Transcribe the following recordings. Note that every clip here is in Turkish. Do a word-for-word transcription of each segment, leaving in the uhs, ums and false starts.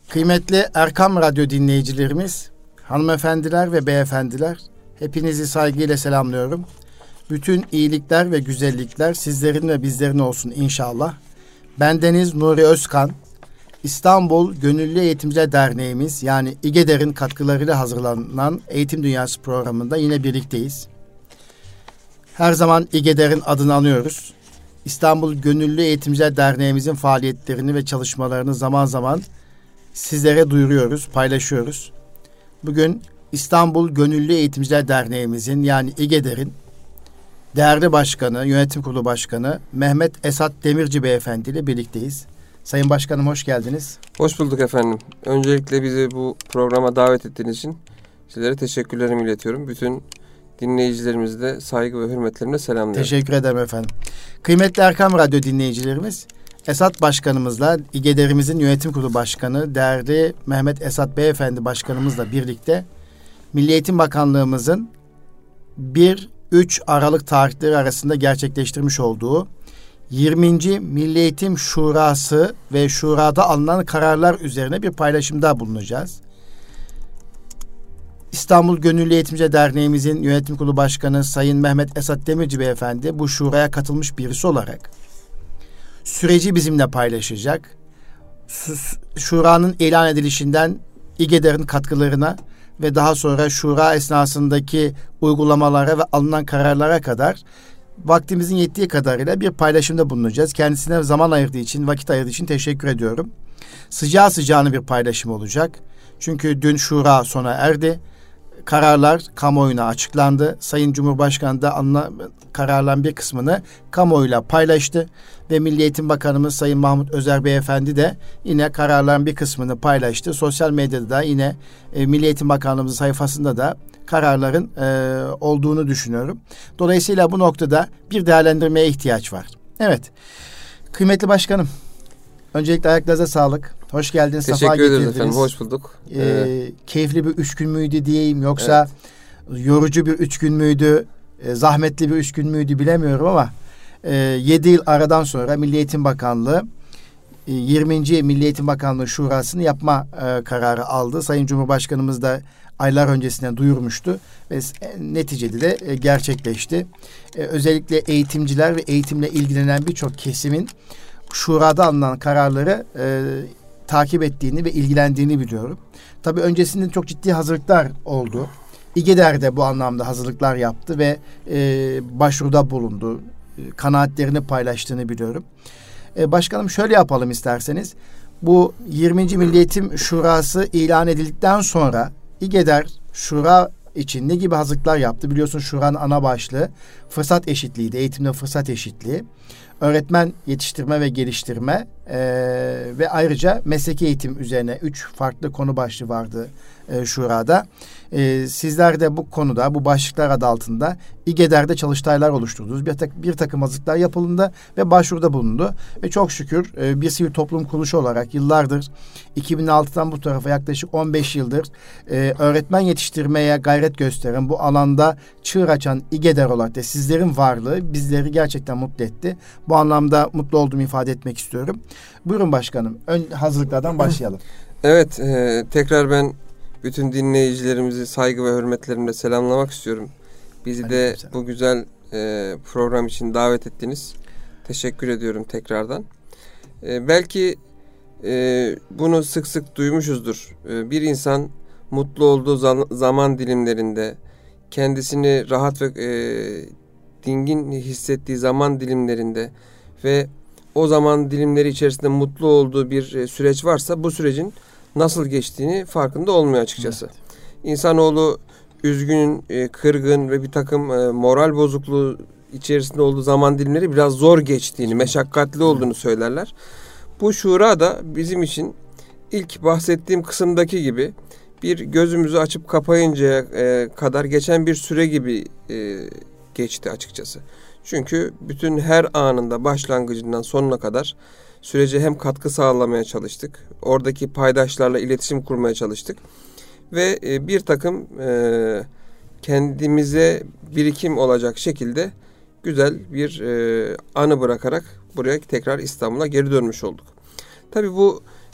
Kıymetli Erkam Radyo dinleyicilerimiz, hanımefendiler ve beyefendiler, hepinizi saygıyla selamlıyorum. Bütün iyilikler ve güzellikler sizlerin ve bizlerin olsun inşallah. Bendeniz Nuri Özkan, İstanbul Gönüllü Eğitimciler Derneğimiz yani İGEDER'in katkılarıyla hazırlanan Eğitim Dünyası programında yine birlikteyiz. Her zaman İGEDER'in adını anıyoruz. İstanbul Gönüllü Eğitimciler Derneğimizin faaliyetlerini ve çalışmalarını zaman zaman sizlere duyuruyoruz, paylaşıyoruz. Bugün İstanbul Gönüllü Eğitimciler Derneğimizin yani İGEDER'in değerli başkanı, yönetim kurulu başkanı Mehmet Esat Demirci Beyefendi ile birlikteyiz. Sayın Başkanım hoş geldiniz. Hoş bulduk efendim. Öncelikle bizi bu programa davet ettiğiniz için sizlere teşekkürlerimi iletiyorum. Bütün dinleyicilerimizi de saygı ve hürmetlerimle selamlıyorum. Teşekkür ederim efendim. Kıymetli Erkam Radyo dinleyicilerimiz, Esat Başkanımızla İGEDER'imizin yönetim kurulu başkanı değerli Mehmet Esat Beyefendi Başkanımızla birlikte Milli Eğitim Bakanlığımızın bir üç Aralık tarihleri arasında gerçekleştirmiş olduğu yirminci Milli Eğitim Şurası ve Şura'da alınan kararlar üzerine bir paylaşımda bulunacağız. İstanbul Gönüllü Eğitimciler Derneğimizin yönetim kurulu başkanı Sayın Mehmet Esat Demirci Beyefendi bu şuraya katılmış birisi olarak süreci bizimle paylaşacak. Şura'nın ilan edilişinden İGEDER'in katkılarına ve daha sonra şura esnasındaki uygulamalara ve alınan kararlara kadar vaktimizin yettiği kadarıyla bir paylaşımda bulunacağız. Kendisine zaman ayırdığı için, vakit ayırdığı için teşekkür ediyorum. Sıcağı sıcağına bir paylaşım olacak. Çünkü dün şura sona erdi. Kararlar kamuoyuna açıklandı. Sayın Cumhurbaşkanı da alınan kararların bir kısmını kamuoyuyla paylaştı. Ve Milli Eğitim Bakanımız Sayın Mahmut Özer Beyefendi de yine kararların bir kısmını paylaştı. Sosyal medyada da yine e, Milli Eğitim Bakanlığımızın sayfasında da kararların e, olduğunu düşünüyorum. Dolayısıyla bu noktada bir değerlendirmeye ihtiyaç var. Evet. Kıymetli başkanım, öncelikle ayaklarınıza sağlık. Hoş geldiniz. Teşekkür ederiz efendim. Hoş bulduk. Ee, evet. Keyifli bir üç gün müydü diyeyim yoksa evet, yorucu bir üç gün müydü, e, zahmetli bir üç gün müydü bilemiyorum ama e, yedi yıl aradan sonra Milli Eğitim Bakanlığı e, yirminci Milli Eğitim Bakanlığı Şurası'nı yapma e, kararı aldı. Sayın Cumhurbaşkanımız da aylar öncesinden duyurmuştu ve e, neticede de e, gerçekleşti. E, özellikle eğitimciler ve eğitimle ilgilenen birçok kesimin Şura'da alınan kararları e, takip ettiğini ve ilgilendiğini biliyorum. Tabii öncesinde çok ciddi hazırlıklar oldu. İGEDER de bu anlamda hazırlıklar yaptı ve e, başvuruda bulundu. E, kanaatlerini paylaştığını biliyorum. E, başkanım şöyle yapalım isterseniz. Bu yirminci Milli Eğitim Şurası ilan edildikten sonra İGEDER Şura için ne gibi hazırlıklar yaptı? Biliyorsun Şura'nın ana başlığı fırsat eşitliğiydi. Eğitimde fırsat eşitliği. Öğretmen yetiştirme ve geliştirme e, ve ayrıca mesleki eğitim üzerine üç farklı konu başlığı vardı e, Şura'da. E, sizler de bu konuda, bu başlıklar adı altında İGEDER'de çalıştaylar oluşturdunuz. Bir, tak, bir takım hazırlıklar yapıldı ve başvuruda bulundu. Ve çok şükür e, bir sivil toplum kuruluşu olarak yıllardır, iki bin altıdan bu tarafa yaklaşık on beş yıldır e, öğretmen yetiştirmeye gayret gösteren, bu alanda çığır açan İGEDER olarak da sizlerin varlığı bizleri gerçekten mutlu etti. Bu anlamda mutlu olduğumu ifade etmek istiyorum. Buyurun başkanım. Ön hazırlıklardan başlayalım. Evet. E, tekrar ben bütün dinleyicilerimizi saygı ve hürmetlerimle selamlamak istiyorum. Bizi de bu güzel e, program için davet ettiniz. Teşekkür ediyorum tekrardan. E, belki e, bunu sık sık duymuşuzdur. E, bir insan mutlu olduğu zam- zaman dilimlerinde, kendisini rahat ve e, dingin hissettiği zaman dilimlerinde ve o zaman dilimleri içerisinde mutlu olduğu bir e, süreç varsa bu sürecin nasıl geçtiğini farkında olmuyor açıkçası. Evet. İnsanoğlu üzgün, e, kırgın ve bir takım e, moral bozukluğu içerisinde olduğu zaman dilimleri biraz zor geçtiğini, meşakkatli olduğunu söylerler. Bu şura da bizim için ilk bahsettiğim kısımdaki gibi bir gözümüzü açıp kapayıncaya e, kadar geçen bir süre gibi e, geçti açıkçası. Çünkü bütün her anında başlangıcından sonuna kadar sürece hem katkı sağlamaya çalıştık. Oradaki paydaşlarla iletişim kurmaya çalıştık. Ve e, bir takım e, kendimize birikim olacak şekilde güzel bir e, anı bırakarak buraya tekrar İstanbul'a geri dönmüş olduk. Tabii bu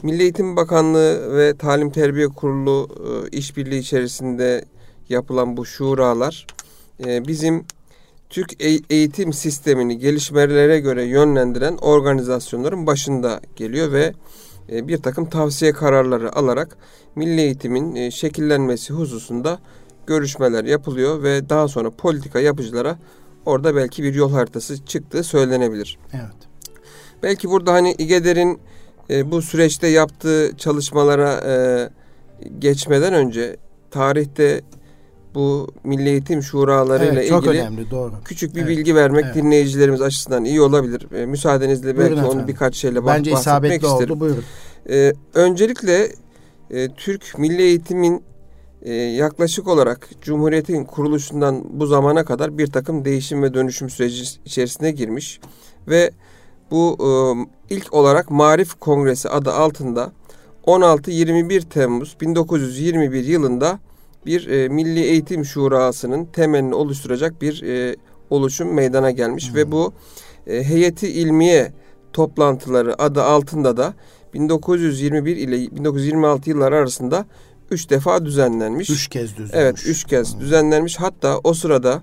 Milli Eğitim Bakanlığı ve Talim Terbiye Kurulu e, işbirliği içerisinde yapılan bu şuralar e, bizim Türk eğitim sistemini gelişmelere göre yönlendiren organizasyonların başında geliyor ve e, bir takım tavsiye kararları alarak milli eğitimin e, şekillenmesi hususunda görüşmeler yapılıyor ve daha sonra politika yapıcılara orada belki bir yol haritası çıktığı söylenebilir. Evet. Belki burada hani İGEDER'in e, bu süreçte yaptığı çalışmalara e, geçmeden önce tarihte bu Milli Eğitim Şuraları ile evet, çok ilgili önemli, doğru. küçük bir evet. bilgi vermek evet. dinleyicilerimiz açısından iyi olabilir. E, müsaadenizle belki Buyurun onu efendim. birkaç şeyle Bence bahsetmek isabetli isterim. oldu. Buyurun. E, öncelikle e, Türk Milli Eğitim'in e, yaklaşık olarak Cumhuriyet'in kuruluşundan bu zamana kadar bir takım değişim ve dönüşüm süreci içerisine girmiş ve bu e, ilk olarak Maarif Kongresi adı altında on altı yirmi bir Temmuz bin dokuz yüz yirmi bir yılında bir e, Milli Eğitim Şurası'nın temelini oluşturacak bir e, oluşum meydana gelmiş hmm. ve bu e, Heyeti İlmiye toplantıları adı altında da bin dokuz yüz yirmi bir ile bin dokuz yüz yirmi altı yılları arasında üç defa düzenlenmiş. Üç kez düzenlenmiş. Evet, üç kez hmm. düzenlenmiş. Hatta o sırada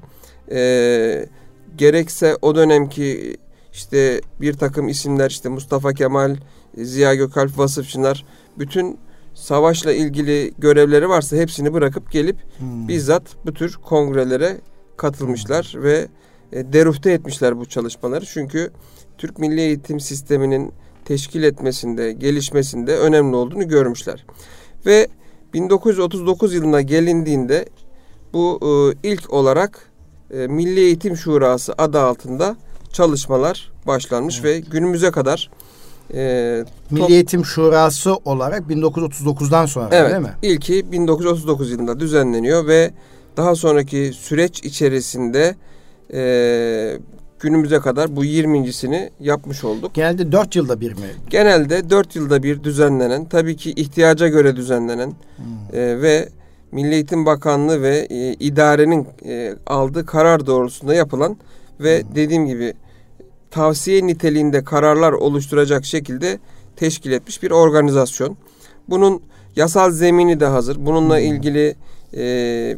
e, gerekse o dönemki işte bir takım isimler, işte Mustafa Kemal, Ziya Gökalp, Vasıf Çınar, bütün savaşla ilgili görevleri varsa hepsini bırakıp gelip hmm. bizzat bu tür kongrelere katılmışlar hmm. ve e, deruhte etmişler bu çalışmaları. Çünkü Türk Milli Eğitim Sistemi'nin teşkil etmesinde, gelişmesinde önemli olduğunu görmüşler. Ve bin dokuz yüz otuz dokuz yılına gelindiğinde bu e, ilk olarak e, Milli Eğitim Şurası adı altında çalışmalar başlanmış evet. ve günümüze kadar e, Milli top... Eğitim Şurası olarak bin dokuz yüz otuz dokuzdan sonra evet, değil mi? İlki bin dokuz yüz otuz dokuz yılında düzenleniyor ve daha sonraki süreç içerisinde e, günümüze kadar bu yirmincisini yapmış olduk. Genelde dört yılda bir mi? Genelde dört yılda bir düzenlenen, tabii ki ihtiyaca göre düzenlenen hmm. e, ve Milli Eğitim Bakanlığı ve e, idarenin e, aldığı karar doğrultusunda yapılan ve hmm. dediğim gibi tavsiye niteliğinde kararlar oluşturacak şekilde teşkil etmiş bir organizasyon. Bunun yasal zemini de hazır. Bununla hmm. ilgili e,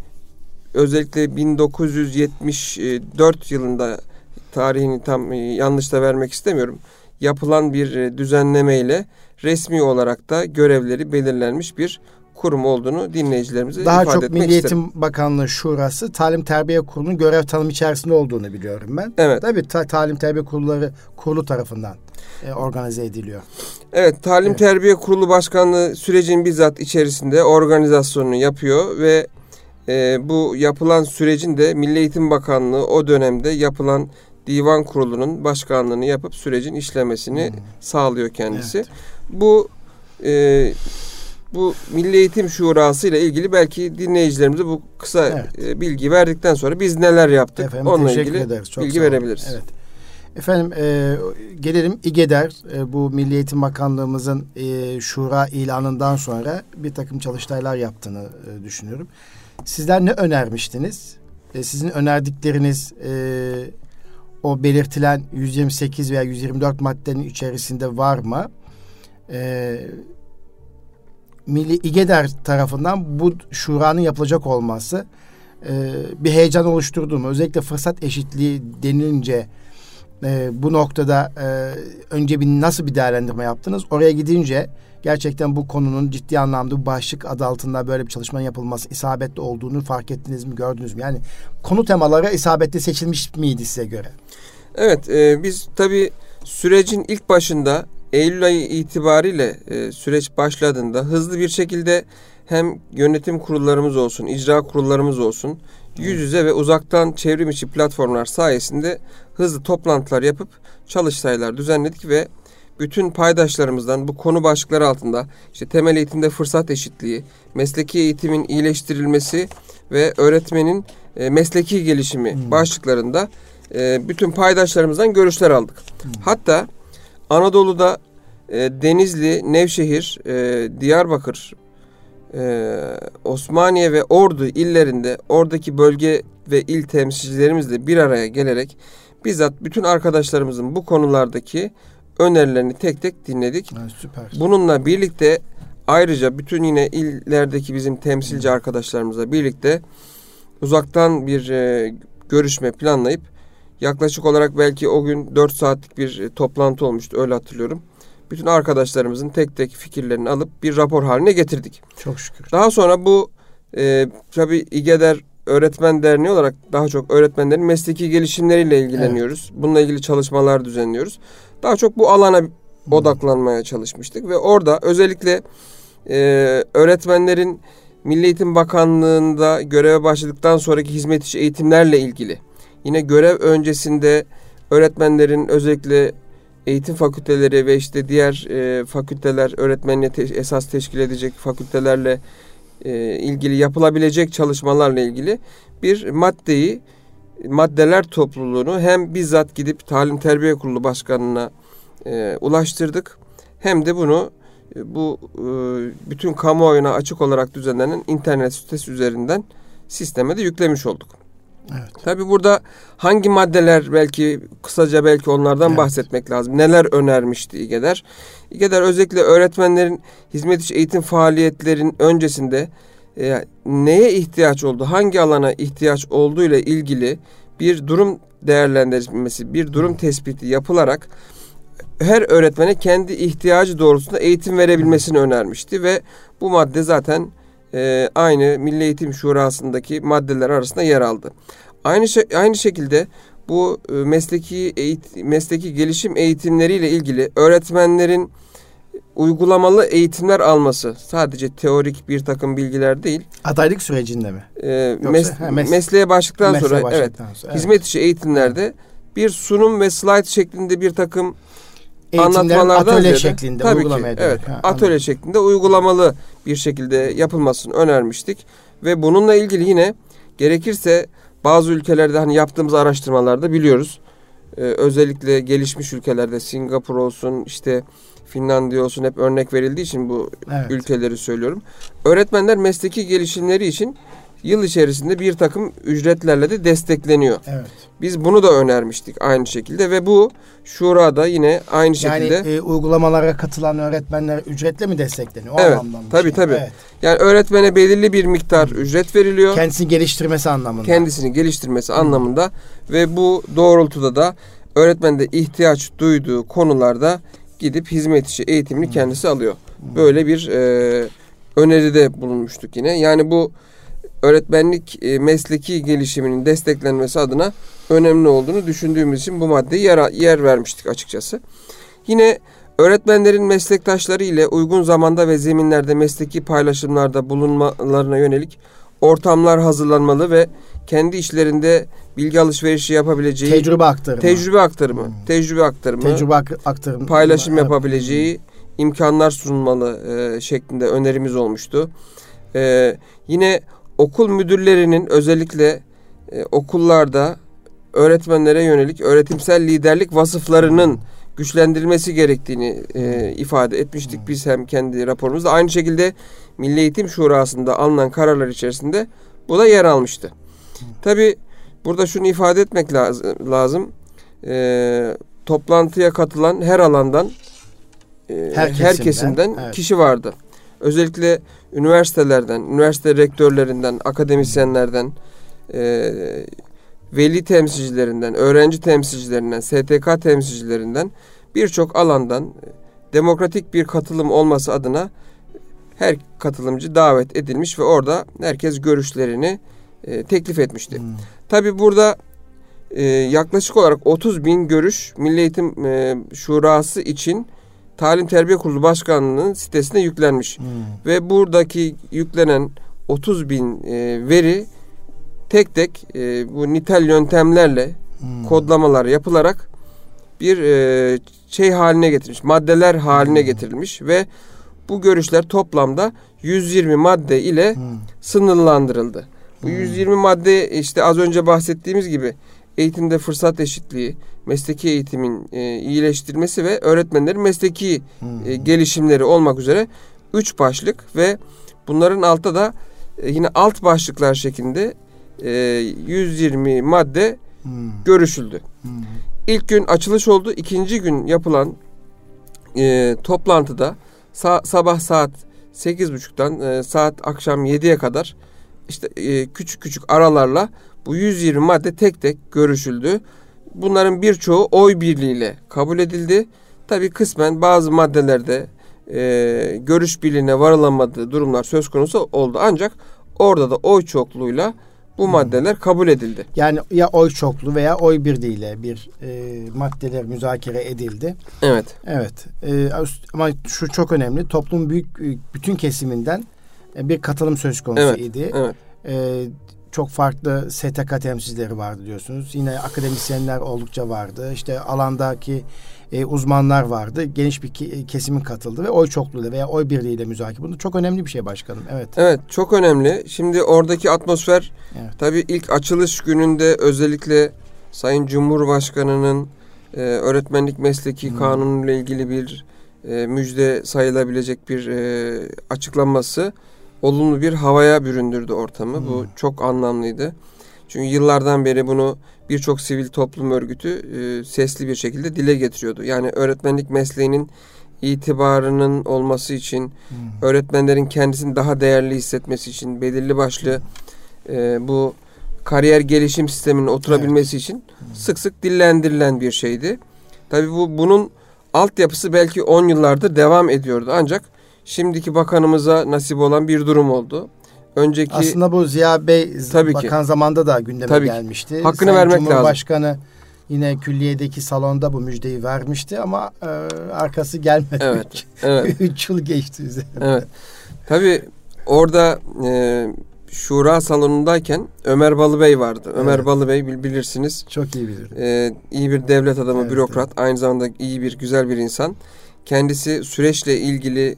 özellikle bin dokuz yüz yetmiş dört yılında, tarihini tam yanlış da vermek istemiyorum, yapılan bir düzenlemeyle resmi olarak da görevleri belirlenmiş bir kurum olduğunu dinleyicilerimize Daha ifade etmek isterim. Daha çok Milli Eğitim Bakanlığı Şurası Talim Terbiye Kurulu'nun görev tanımı içerisinde olduğunu biliyorum ben. Evet. Tabii ta, Talim Terbiye Kurulları kurulu tarafından e, organize ediliyor. Evet, Talim evet. Terbiye Kurulu Başkanlığı sürecin bizzat içerisinde organizasyonunu yapıyor ve e, bu yapılan sürecin de Milli Eğitim Bakanlığı o dönemde yapılan Divan Kurulu'nun başkanlığını yapıp sürecin işlemesini hmm. sağlıyor kendisi. Evet. Bu e, bu Milli Eğitim Şurası ile ilgili belki dinleyicilerimize bu kısa evet. e, bilgi verdikten sonra biz neler yaptık efendim, onunla ilgili ederiz. Çok bilgi verebiliriz. Evet. Efendim e, gelelim İGEDER, e, bu Milli Eğitim Bakanlığımızın e, şura ilanından sonra bir takım çalıştaylar yaptığını e, düşünüyorum. Sizler ne önermiştiniz? E, sizin önerdikleriniz e, o belirtilen yüz yirmi sekiz veya yüz yirmi dört maddenin içerisinde var mı? E, Milli İGEDER tarafından bu şuranın yapılacak olması e, bir heyecan oluşturdu mu? Özellikle fırsat eşitliği denilince e, bu noktada e, önce bir nasıl bir değerlendirme yaptınız? Oraya gidince gerçekten bu konunun ciddi anlamda bu başlık adı altında böyle bir çalışmanın yapılması isabetli olduğunu fark ettiniz mi, gördünüz mü? Yani konu temaları isabetli seçilmiş miydi size göre? Evet, e, biz tabii sürecin ilk başında Eylül ayı itibariyle e, süreç başladığında hızlı bir şekilde hem yönetim kurullarımız olsun, icra kurullarımız olsun, yüz yüze ve uzaktan çevrim içi platformlar sayesinde hızlı toplantılar yapıp çalıştaylar düzenledik ve bütün paydaşlarımızdan bu konu başlıkları altında işte temel eğitimde fırsat eşitliği, mesleki eğitimin iyileştirilmesi ve öğretmenin e, mesleki gelişimi hmm. başlıklarında e, bütün paydaşlarımızdan görüşler aldık. Hmm. Hatta Anadolu'da e, Denizli, Nevşehir, e, Diyarbakır, e, Osmaniye ve Ordu illerinde oradaki bölge ve il temsilcilerimizle bir araya gelerek bizzat bütün arkadaşlarımızın bu konulardaki önerilerini tek tek dinledik. Evet, süper. Bununla birlikte ayrıca bütün yine illerdeki bizim temsilci arkadaşlarımızla birlikte uzaktan bir e, görüşme planlayıp yaklaşık olarak belki o gün dört saatlik bir e, toplantı olmuştu, öyle hatırlıyorum. Bütün arkadaşlarımızın tek tek fikirlerini alıp bir rapor haline getirdik. Çok şükür. Daha sonra bu e, tabii İGEDER Öğretmen Derneği olarak daha çok öğretmenlerin mesleki gelişimleriyle ilgileniyoruz. Evet. Bununla ilgili çalışmalar düzenliyoruz. Daha çok bu alana hmm. odaklanmaya çalışmıştık ve orada özellikle e, öğretmenlerin Milli Eğitim Bakanlığı'nda göreve başladıktan sonraki hizmet içi eğitimlerle ilgili, yine görev öncesinde öğretmenlerin özellikle eğitim fakülteleri ve işte diğer e, fakülteler, öğretmenliğe te- esas teşkil edecek fakültelerle e, ilgili yapılabilecek çalışmalarla ilgili bir maddeyi, maddeler topluluğunu hem bizzat gidip Talim Terbiye Kurulu Başkanı'na e, ulaştırdık, hem de bunu e, bu e, bütün kamuoyuna açık olarak düzenlenen internet sitesi üzerinden sisteme de yüklemiş olduk. Evet. Tabii burada hangi maddeler, belki kısaca belki onlardan evet. bahsetmek lazım. Neler önermişti İGEDER? İGEDER özellikle öğretmenlerin hizmet içi eğitim faaliyetlerin öncesinde e, neye ihtiyaç oldu, hangi alana ihtiyaç olduğu ile ilgili bir durum değerlendirilmesi, bir durum tespiti yapılarak her öğretmene kendi ihtiyacı doğrultusunda eğitim verebilmesini önermişti ve bu madde zaten e, aynı Milli Eğitim Şurası'ndaki maddeler arasında yer aldı. Aynı şey, aynı şekilde bu e, mesleki eğitim, mesleki gelişim eğitimleriyle ilgili öğretmenlerin uygulamalı eğitimler alması, sadece teorik bir takım bilgiler değil. Adaylık sürecinde mi? E, mes, ha, mes, mesleğe başladıktan mesleğe sonra, başladıktan evet, sonra evet, hizmet içi eğitimlerde bir sunum ve slide şeklinde bir takım anlatmalardan atölye ziyade, şeklinde tabii uygulamaya ki, evet, ha, atölye anladım. şeklinde uygulamalı bir şekilde yapılmasını önermiştik ve bununla ilgili yine gerekirse bazı ülkelerde hani yaptığımız araştırmalarda biliyoruz. Ee, özellikle gelişmiş ülkelerde Singapur olsun, işte Finlandiya olsun, hep örnek verildiği için bu evet. ülkeleri söylüyorum. Öğretmenler mesleki gelişimleri için yıl içerisinde bir takım ücretlerle de destekleniyor. Evet. Biz bunu da önermiştik aynı şekilde ve bu şurada yine aynı şekilde. Yani e, uygulamalara katılan öğretmenler ücretle mi destekleniyor? O evet. anlamda. Tabii şey. tabii. Evet. Yani öğretmene belirli bir miktar hmm. ücret veriliyor. Kendisini geliştirmesi anlamında. Kendisini geliştirmesi hmm. anlamında ve bu doğrultuda da öğretmen de ihtiyaç duyduğu konularda gidip hizmet içi eğitimini hmm. kendisi alıyor. Hmm. Böyle bir e, öneride bulunmuştuk yine. Yani bu öğretmenlik e, mesleki gelişiminin desteklenmesi adına önemli olduğunu düşündüğümüz için bu maddeye yer, yer vermiştik açıkçası. Yine öğretmenlerin meslektaşları ile uygun zamanda ve zeminlerde mesleki paylaşımlarda bulunmalarına yönelik ortamlar hazırlanmalı ve kendi işlerinde bilgi alışverişi yapabileceği tecrübe aktarımı, tecrübe aktarımı, hmm. tecrübe aktarımı, tecrübe aktarımı, paylaşım hmm. yapabileceği imkanlar sunulmalı e, şeklinde önerimiz olmuştu. E, yine okul müdürlerinin özellikle e, okullarda öğretmenlere yönelik öğretimsel liderlik vasıflarının hmm. güçlendirilmesi gerektiğini e, ifade etmiştik. Hmm. Biz hem kendi raporumuzda, aynı şekilde Milli Eğitim Şurası'nda alınan kararlar içerisinde bu da yer almıştı. Hmm. Tabii burada şunu ifade etmek lazım. lazım. E, toplantıya katılan her alandan, e, her, her kesimden evet. kişi vardı. Özellikle üniversitelerden, üniversite rektörlerinden, akademisyenlerden, e, veli temsilcilerinden, öğrenci temsilcilerinden, S T K temsilcilerinden birçok alandan demokratik bir katılım olması adına her katılımcı davet edilmiş ve orada herkes görüşlerini e, teklif etmişti. Hmm. Tabii burada e, yaklaşık olarak otuz bin görüş Milli Eğitim e, Şurası için Talim Terbiye Kurulu Başkanlığı'nın sitesine yüklenmiş. Hmm. Ve buradaki yüklenen otuz bin e, veri tek tek e, bu nitel yöntemlerle hmm. kodlamalar yapılarak bir e, şey haline getirilmiş, maddeler haline hmm. getirilmiş ve bu görüşler toplamda yüz yirmi madde ile hmm. sınırlandırıldı. Bu hmm. yüz yirmi madde işte az önce bahsettiğimiz gibi eğitimde fırsat eşitliği, mesleki eğitimin e, iyileştirilmesi ve öğretmenlerin mesleki hmm. e, gelişimleri olmak üzere üç başlık ve bunların altta da e, yine alt başlıklar şeklinde e, yüz yirmi madde hmm. görüşüldü. Hmm. İlk gün açılış oldu. İkinci gün yapılan e, toplantıda sa- sabah saat sekiz buçuktan e, saat akşam yediye kadar işte e, küçük küçük aralarla bu yüz yirmi madde tek tek görüşüldü. Bunların birçoğu oy birliğiyle kabul edildi. Tabii kısmen bazı maddelerde e, görüş birliğine varılamadığı durumlar söz konusu oldu. Ancak orada da oy çokluğuyla bu hmm. maddeler kabul edildi. Yani ya oy çokluğu veya oy birliğiyle bir e, maddeler müzakere edildi. Evet. Evet. E, ama şu çok önemli. Toplumun büyük bütün kesiminden e, bir katılım söz konusu evet, idi. Evet. E, çok farklı S T K temsilcileri vardı diyorsunuz. Yine akademisyenler oldukça vardı. İşte alandaki e, uzmanlar vardı. Geniş bir ke- kesimin katıldı ve oy çokluğuyla veya oy birliğiyle müzakere. Bu çok önemli bir şey başkanım. Evet. Evet, çok önemli. Şimdi oradaki atmosfer evet. tabii ilk açılış gününde özellikle Sayın Cumhurbaşkanı'nın e, öğretmenlik mesleki hmm. kanunu ile ilgili bir e, müjde sayılabilecek bir e, açıklanması olumlu bir havaya büründürdü ortamı. Hmm. Bu çok anlamlıydı. Çünkü yıllardan beri bunu birçok sivil toplum örgütü e, sesli bir şekilde dile getiriyordu. Yani öğretmenlik mesleğinin itibarının olması için, hmm. öğretmenlerin kendisini daha değerli hissetmesi için, belirli başlı e, bu kariyer gelişim sisteminin oturabilmesi evet. için hmm. sık sık dillendirilen bir şeydi. Tabii bu bunun altyapısı belki on yıllardır devam ediyordu. Ancak şimdiki bakanımıza nasip olan bir durum oldu. Önceki aslında bu Ziya Bey tabii bakan ki. zamanda da gündeme tabii gelmişti. Hakkını Sayın vermek Cumhurbaşkanı lazım. Yine külliyedeki salonda bu müjdeyi vermişti ama e, arkası gelmedi. Evet. evet. Üç yıl geçti üzerinden. Evet. Tabii orada e, Şura salonundayken Ömer Balıbey vardı. Evet. Ömer Balıbey bilirsiniz. Çok iyi bilirim. E, iyi bir devlet adamı, evet, bürokrat. Evet. Aynı zamanda iyi bir, güzel bir insan. Kendisi süreçle ilgili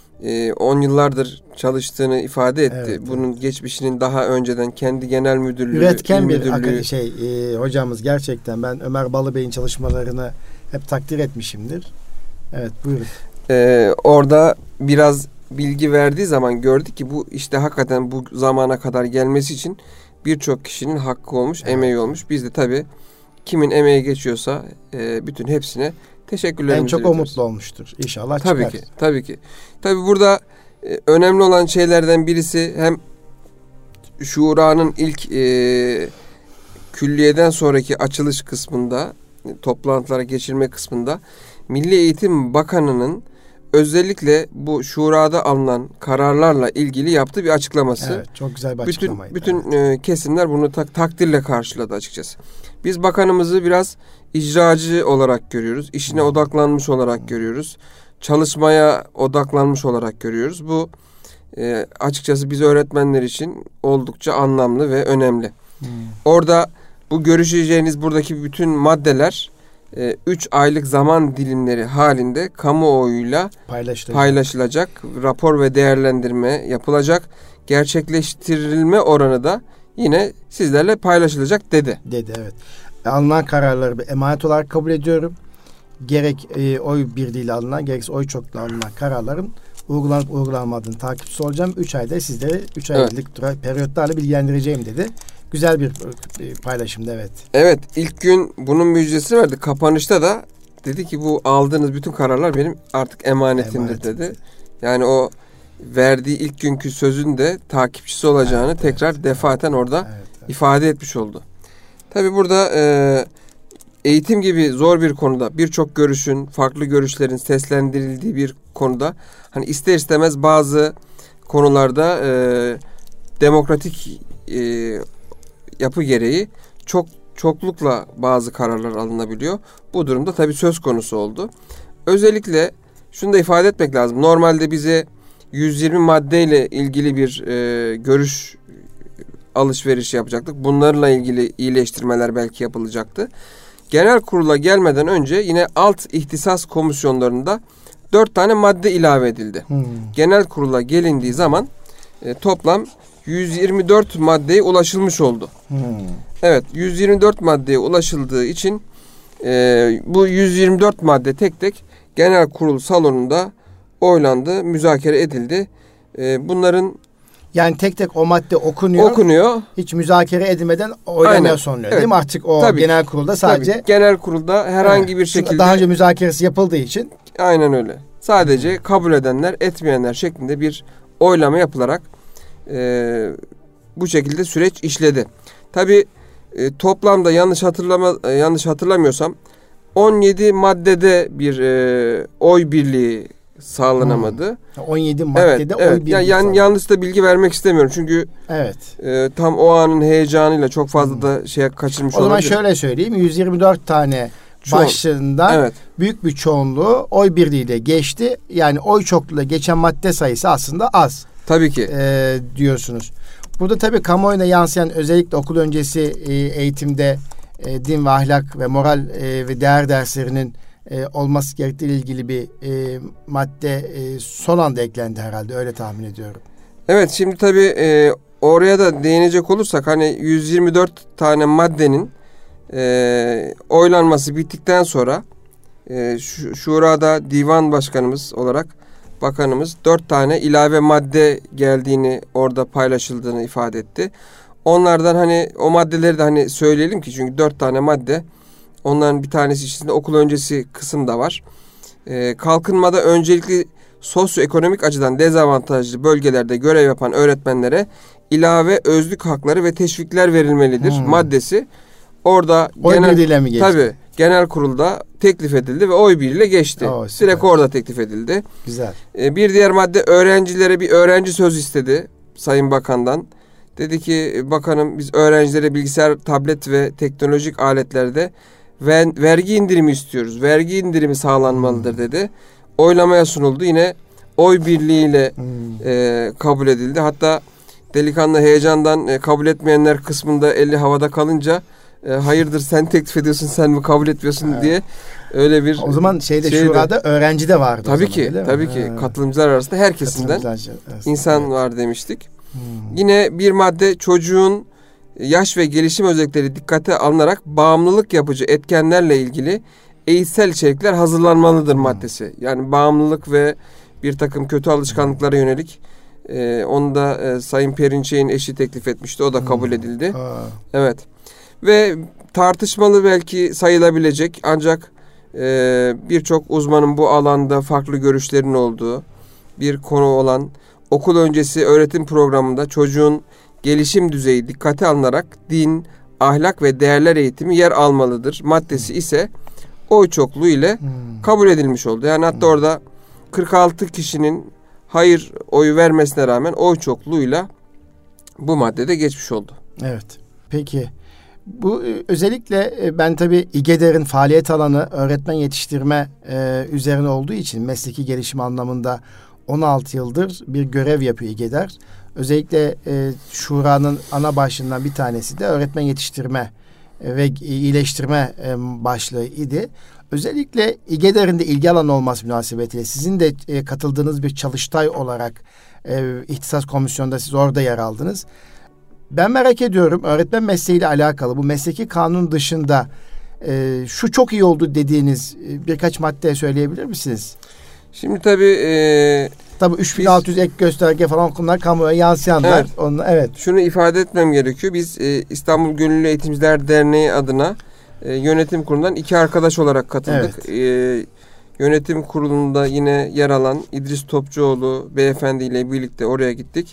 on yıllardır çalıştığını ifade etti. Evet, Bunun evet. geçmişinin daha önceden kendi genel müdürlüğü, üretken bir müdürlüğü... şey e, hocamız gerçekten. Ben Ömer Balıbey'in çalışmalarını hep takdir etmişimdir. Evet, buyurun. Ee, orada biraz bilgi verdiği zaman gördük ki bu işte hakikaten bu zamana kadar gelmesi için birçok kişinin hakkı olmuş, evet. emeği olmuş. Biz de tabii kimin emeği geçiyorsa e, bütün hepsine teşekkürlerimizi en çok o mutlu olmuştur. İnşallah çıkar. Tabii ki. Tabii ki. Tabii burada e, önemli olan şeylerden birisi hem Şura'nın ilk e, külliyeden sonraki açılış kısmında, e, toplantılara geçirme kısmında Milli Eğitim Bakanı'nın özellikle bu Şura'da alınan kararlarla ilgili yaptığı bir açıklaması. Evet, çok güzel bir açıklamaydı. Bütün, bütün evet. e, kesimler bunu tak, takdirle karşıladı açıkçası. Biz bakanımızı biraz icracı olarak görüyoruz. İşine hmm. odaklanmış olarak hmm. görüyoruz. Çalışmaya odaklanmış olarak görüyoruz. Bu e, açıkçası biz öğretmenler için oldukça anlamlı ve önemli. Hmm. Orada bu görüşeceğiniz buradaki bütün maddeler üç aylık zaman dilimleri halinde kamuoyuyla paylaşılacak. paylaşılacak. Rapor ve değerlendirme yapılacak. Gerçekleştirilme oranı da yine sizlerle paylaşılacak dedi. Dedi, evet. Alınan kararları bir emanet olarak kabul ediyorum. Gerek e, oy birliğiyle alınan, gerekse oy çokluğuyla alınan kararların uygulanıp uygulanmadığını takipçisi olacağım. üç ayda sizleri üç aylık evet. periyotlarla bilgilendireceğim dedi. Güzel bir paylaşımdı, evet. Evet, ilk gün bunun müjdesini verdi. Kapanışta da dedi ki bu aldığınız bütün kararlar benim artık emanetimdir Emanet. dedi. Yani o verdiği ilk günkü sözün de takipçisi olacağını evet, tekrar evet, defaten orada evet, evet. ifade etmiş oldu. Tabii burada e, eğitim gibi zor bir konuda birçok görüşün, farklı görüşlerin seslendirildiği bir konuda hani ister istemez bazı konularda e, demokratik e, yapı gereği çok çoklukla bazı kararlar alınabiliyor. Bu durumda tabii söz konusu oldu. Özellikle şunu da ifade etmek lazım. Normalde bize yüz yirmi maddeyle ilgili bir e, görüş alışveriş yapacaktık. Bunlarla ilgili iyileştirmeler belki yapılacaktı. Genel kurula gelmeden önce yine alt ihtisas komisyonlarında dört tane madde ilave edildi. Hmm. Genel kurula gelindiği zaman e, toplam yüz yirmi dört maddeye ulaşılmış oldu. Hmm. Evet, yüz yirmi dört maddeye ulaşıldığı için e, bu yüz yirmi dört madde tek tek genel kurul salonunda oylandı, müzakere edildi. E, bunların yani tek tek o madde okunuyor. Okunuyor. Hiç müzakere edilmeden oylamaya sonluyor, evet. Değil mi? Artık o tabii, genel kurulda sadece tabii, genel kurulda herhangi evet, bir şekilde daha önce müzakeresi yapıldığı için Aynen öyle. Sadece hmm. kabul edenler, etmeyenler şeklinde bir oylama yapılarak e, bu şekilde süreç işledi. Tabii e, toplamda yanlış hatırlama e, yanlış hatırlamıyorsam on yedi maddede bir e, oy birliği sağlanamadı. Hmm. on yedi maddede evet, oy evet. birliği. Yani, yani yanlış da bilgi vermek istemiyorum. Çünkü evet. e, tam o anın heyecanıyla çok fazla hmm. da şeye kaçırmış olabilir. O zaman şöyle söyleyeyim. yüz yirmi dört tane Çoğun. başlığından evet. büyük bir çoğunluğu oy birliğiyle geçti. Yani oy çokluğuyla geçen madde sayısı aslında az. Tabii ki. E, diyorsunuz. Burada tabii kamuoyuna yansıyan özellikle okul öncesi e, eğitimde e, din ve ahlak ve moral e, ve değer derslerinin e, olması gerektiği ile ilgili bir e, madde e, son anda eklendi herhalde. Öyle tahmin ediyorum. Evet, şimdi tabii e, oraya da değinecek olursak hani yüz yirmi dört tane maddenin e, oylanması bittikten sonra e, şu, Şura'da divan başkanımız olarak bakanımız dört tane ilave madde geldiğini, orada paylaşıldığını ifade etti. Onlardan hani o maddeleri de hani söyleyelim ki çünkü dört tane madde. Onların bir tanesi içinde okul öncesi kısım da var. Ee, kalkınmada öncelikli sosyoekonomik açıdan dezavantajlı bölgelerde görev yapan öğretmenlere ilave özlük hakları ve teşvikler verilmelidir hmm. maddesi. Orada oy genel, birliğiyle mi geçti? Tabii genel kurulda teklif edildi ve oy birliğiyle geçti. Oo, direkt orada teklif edildi. Güzel. Ee, bir diğer madde öğrencilere bir öğrenci söz istedi Sayın Bakan'dan. Dedi ki bakanım biz öğrencilere bilgisayar, tablet ve teknolojik aletlerde vergi indirimi istiyoruz. Vergi indirimi sağlanmalıdır dedi. Oylamaya sunuldu. Yine oy birliğiyle hmm. e, kabul edildi. Hatta delikanlı heyecandan e, kabul etmeyenler kısmında eli havada kalınca e, hayırdır sen teklif ediyorsun sen mi kabul etmiyorsun evet. diye öyle bir o zaman şeyde şeydi. Şurada öğrenci de vardı. Tabii o zaman, ki tabii ki ha. katılımcılar arasında her kesimden insan evet. var demiştik. Hmm. Yine bir madde çocuğun yaş ve gelişim özellikleri dikkate alınarak bağımlılık yapıcı etkenlerle ilgili eğitsel içerikler hazırlanmalıdır hmm. maddesi. Yani bağımlılık ve bir takım kötü alışkanlıklara yönelik e, onu da e, Sayın Perinçek'in eşi teklif etmişti. O da kabul hmm. edildi. Aa. Evet. Ve tartışmalı belki sayılabilecek ancak e, birçok uzmanın bu alanda farklı görüşlerin olduğu bir konu olan okul öncesi öğretim programında çocuğun gelişim düzeyi dikkate alınarak din, ahlak ve değerler eğitimi yer almalıdır. Maddesi ise oy çokluğu ile hmm. kabul edilmiş oldu. Yani hatta hmm. orada kırk altı kişinin hayır oyu vermesine rağmen oy çokluğuyla bu maddede geçmiş oldu. Evet. Peki. Bu özellikle ben tabii İGEDER'in faaliyet alanı öğretmen yetiştirme e, üzerine olduğu için mesleki gelişim anlamında on altı yıldır bir görev yapıyor İGEDER. Özellikle e, Şura'nın ana başlığından bir tanesi de öğretmen yetiştirme e, ve iyileştirme e, başlığı idi. Özellikle İGEDER'in de ilgi alanı olması münasebetiyle sizin de e, katıldığınız bir çalıştay olarak e, ihtisas komisyonunda siz orada yer aldınız. Ben merak ediyorum öğretmen mesleğiyle alakalı bu mesleki kanun dışında e, şu çok iyi oldu dediğiniz e, birkaç madde söyleyebilir misiniz? Şimdi tabii e, tabii üç bin altı yüz ek gösterge falan bunlar kamuoya yansıyanlar. Evet. Onun, evet. Şunu ifade etmem gerekiyor. Biz e, İstanbul Gönüllü Eğitimciler Derneği adına e, yönetim kurulundan iki arkadaş olarak katıldık. Evet. E, yönetim kurulunda yine yer alan İdris Topçuoğlu beyefendi ile birlikte oraya gittik.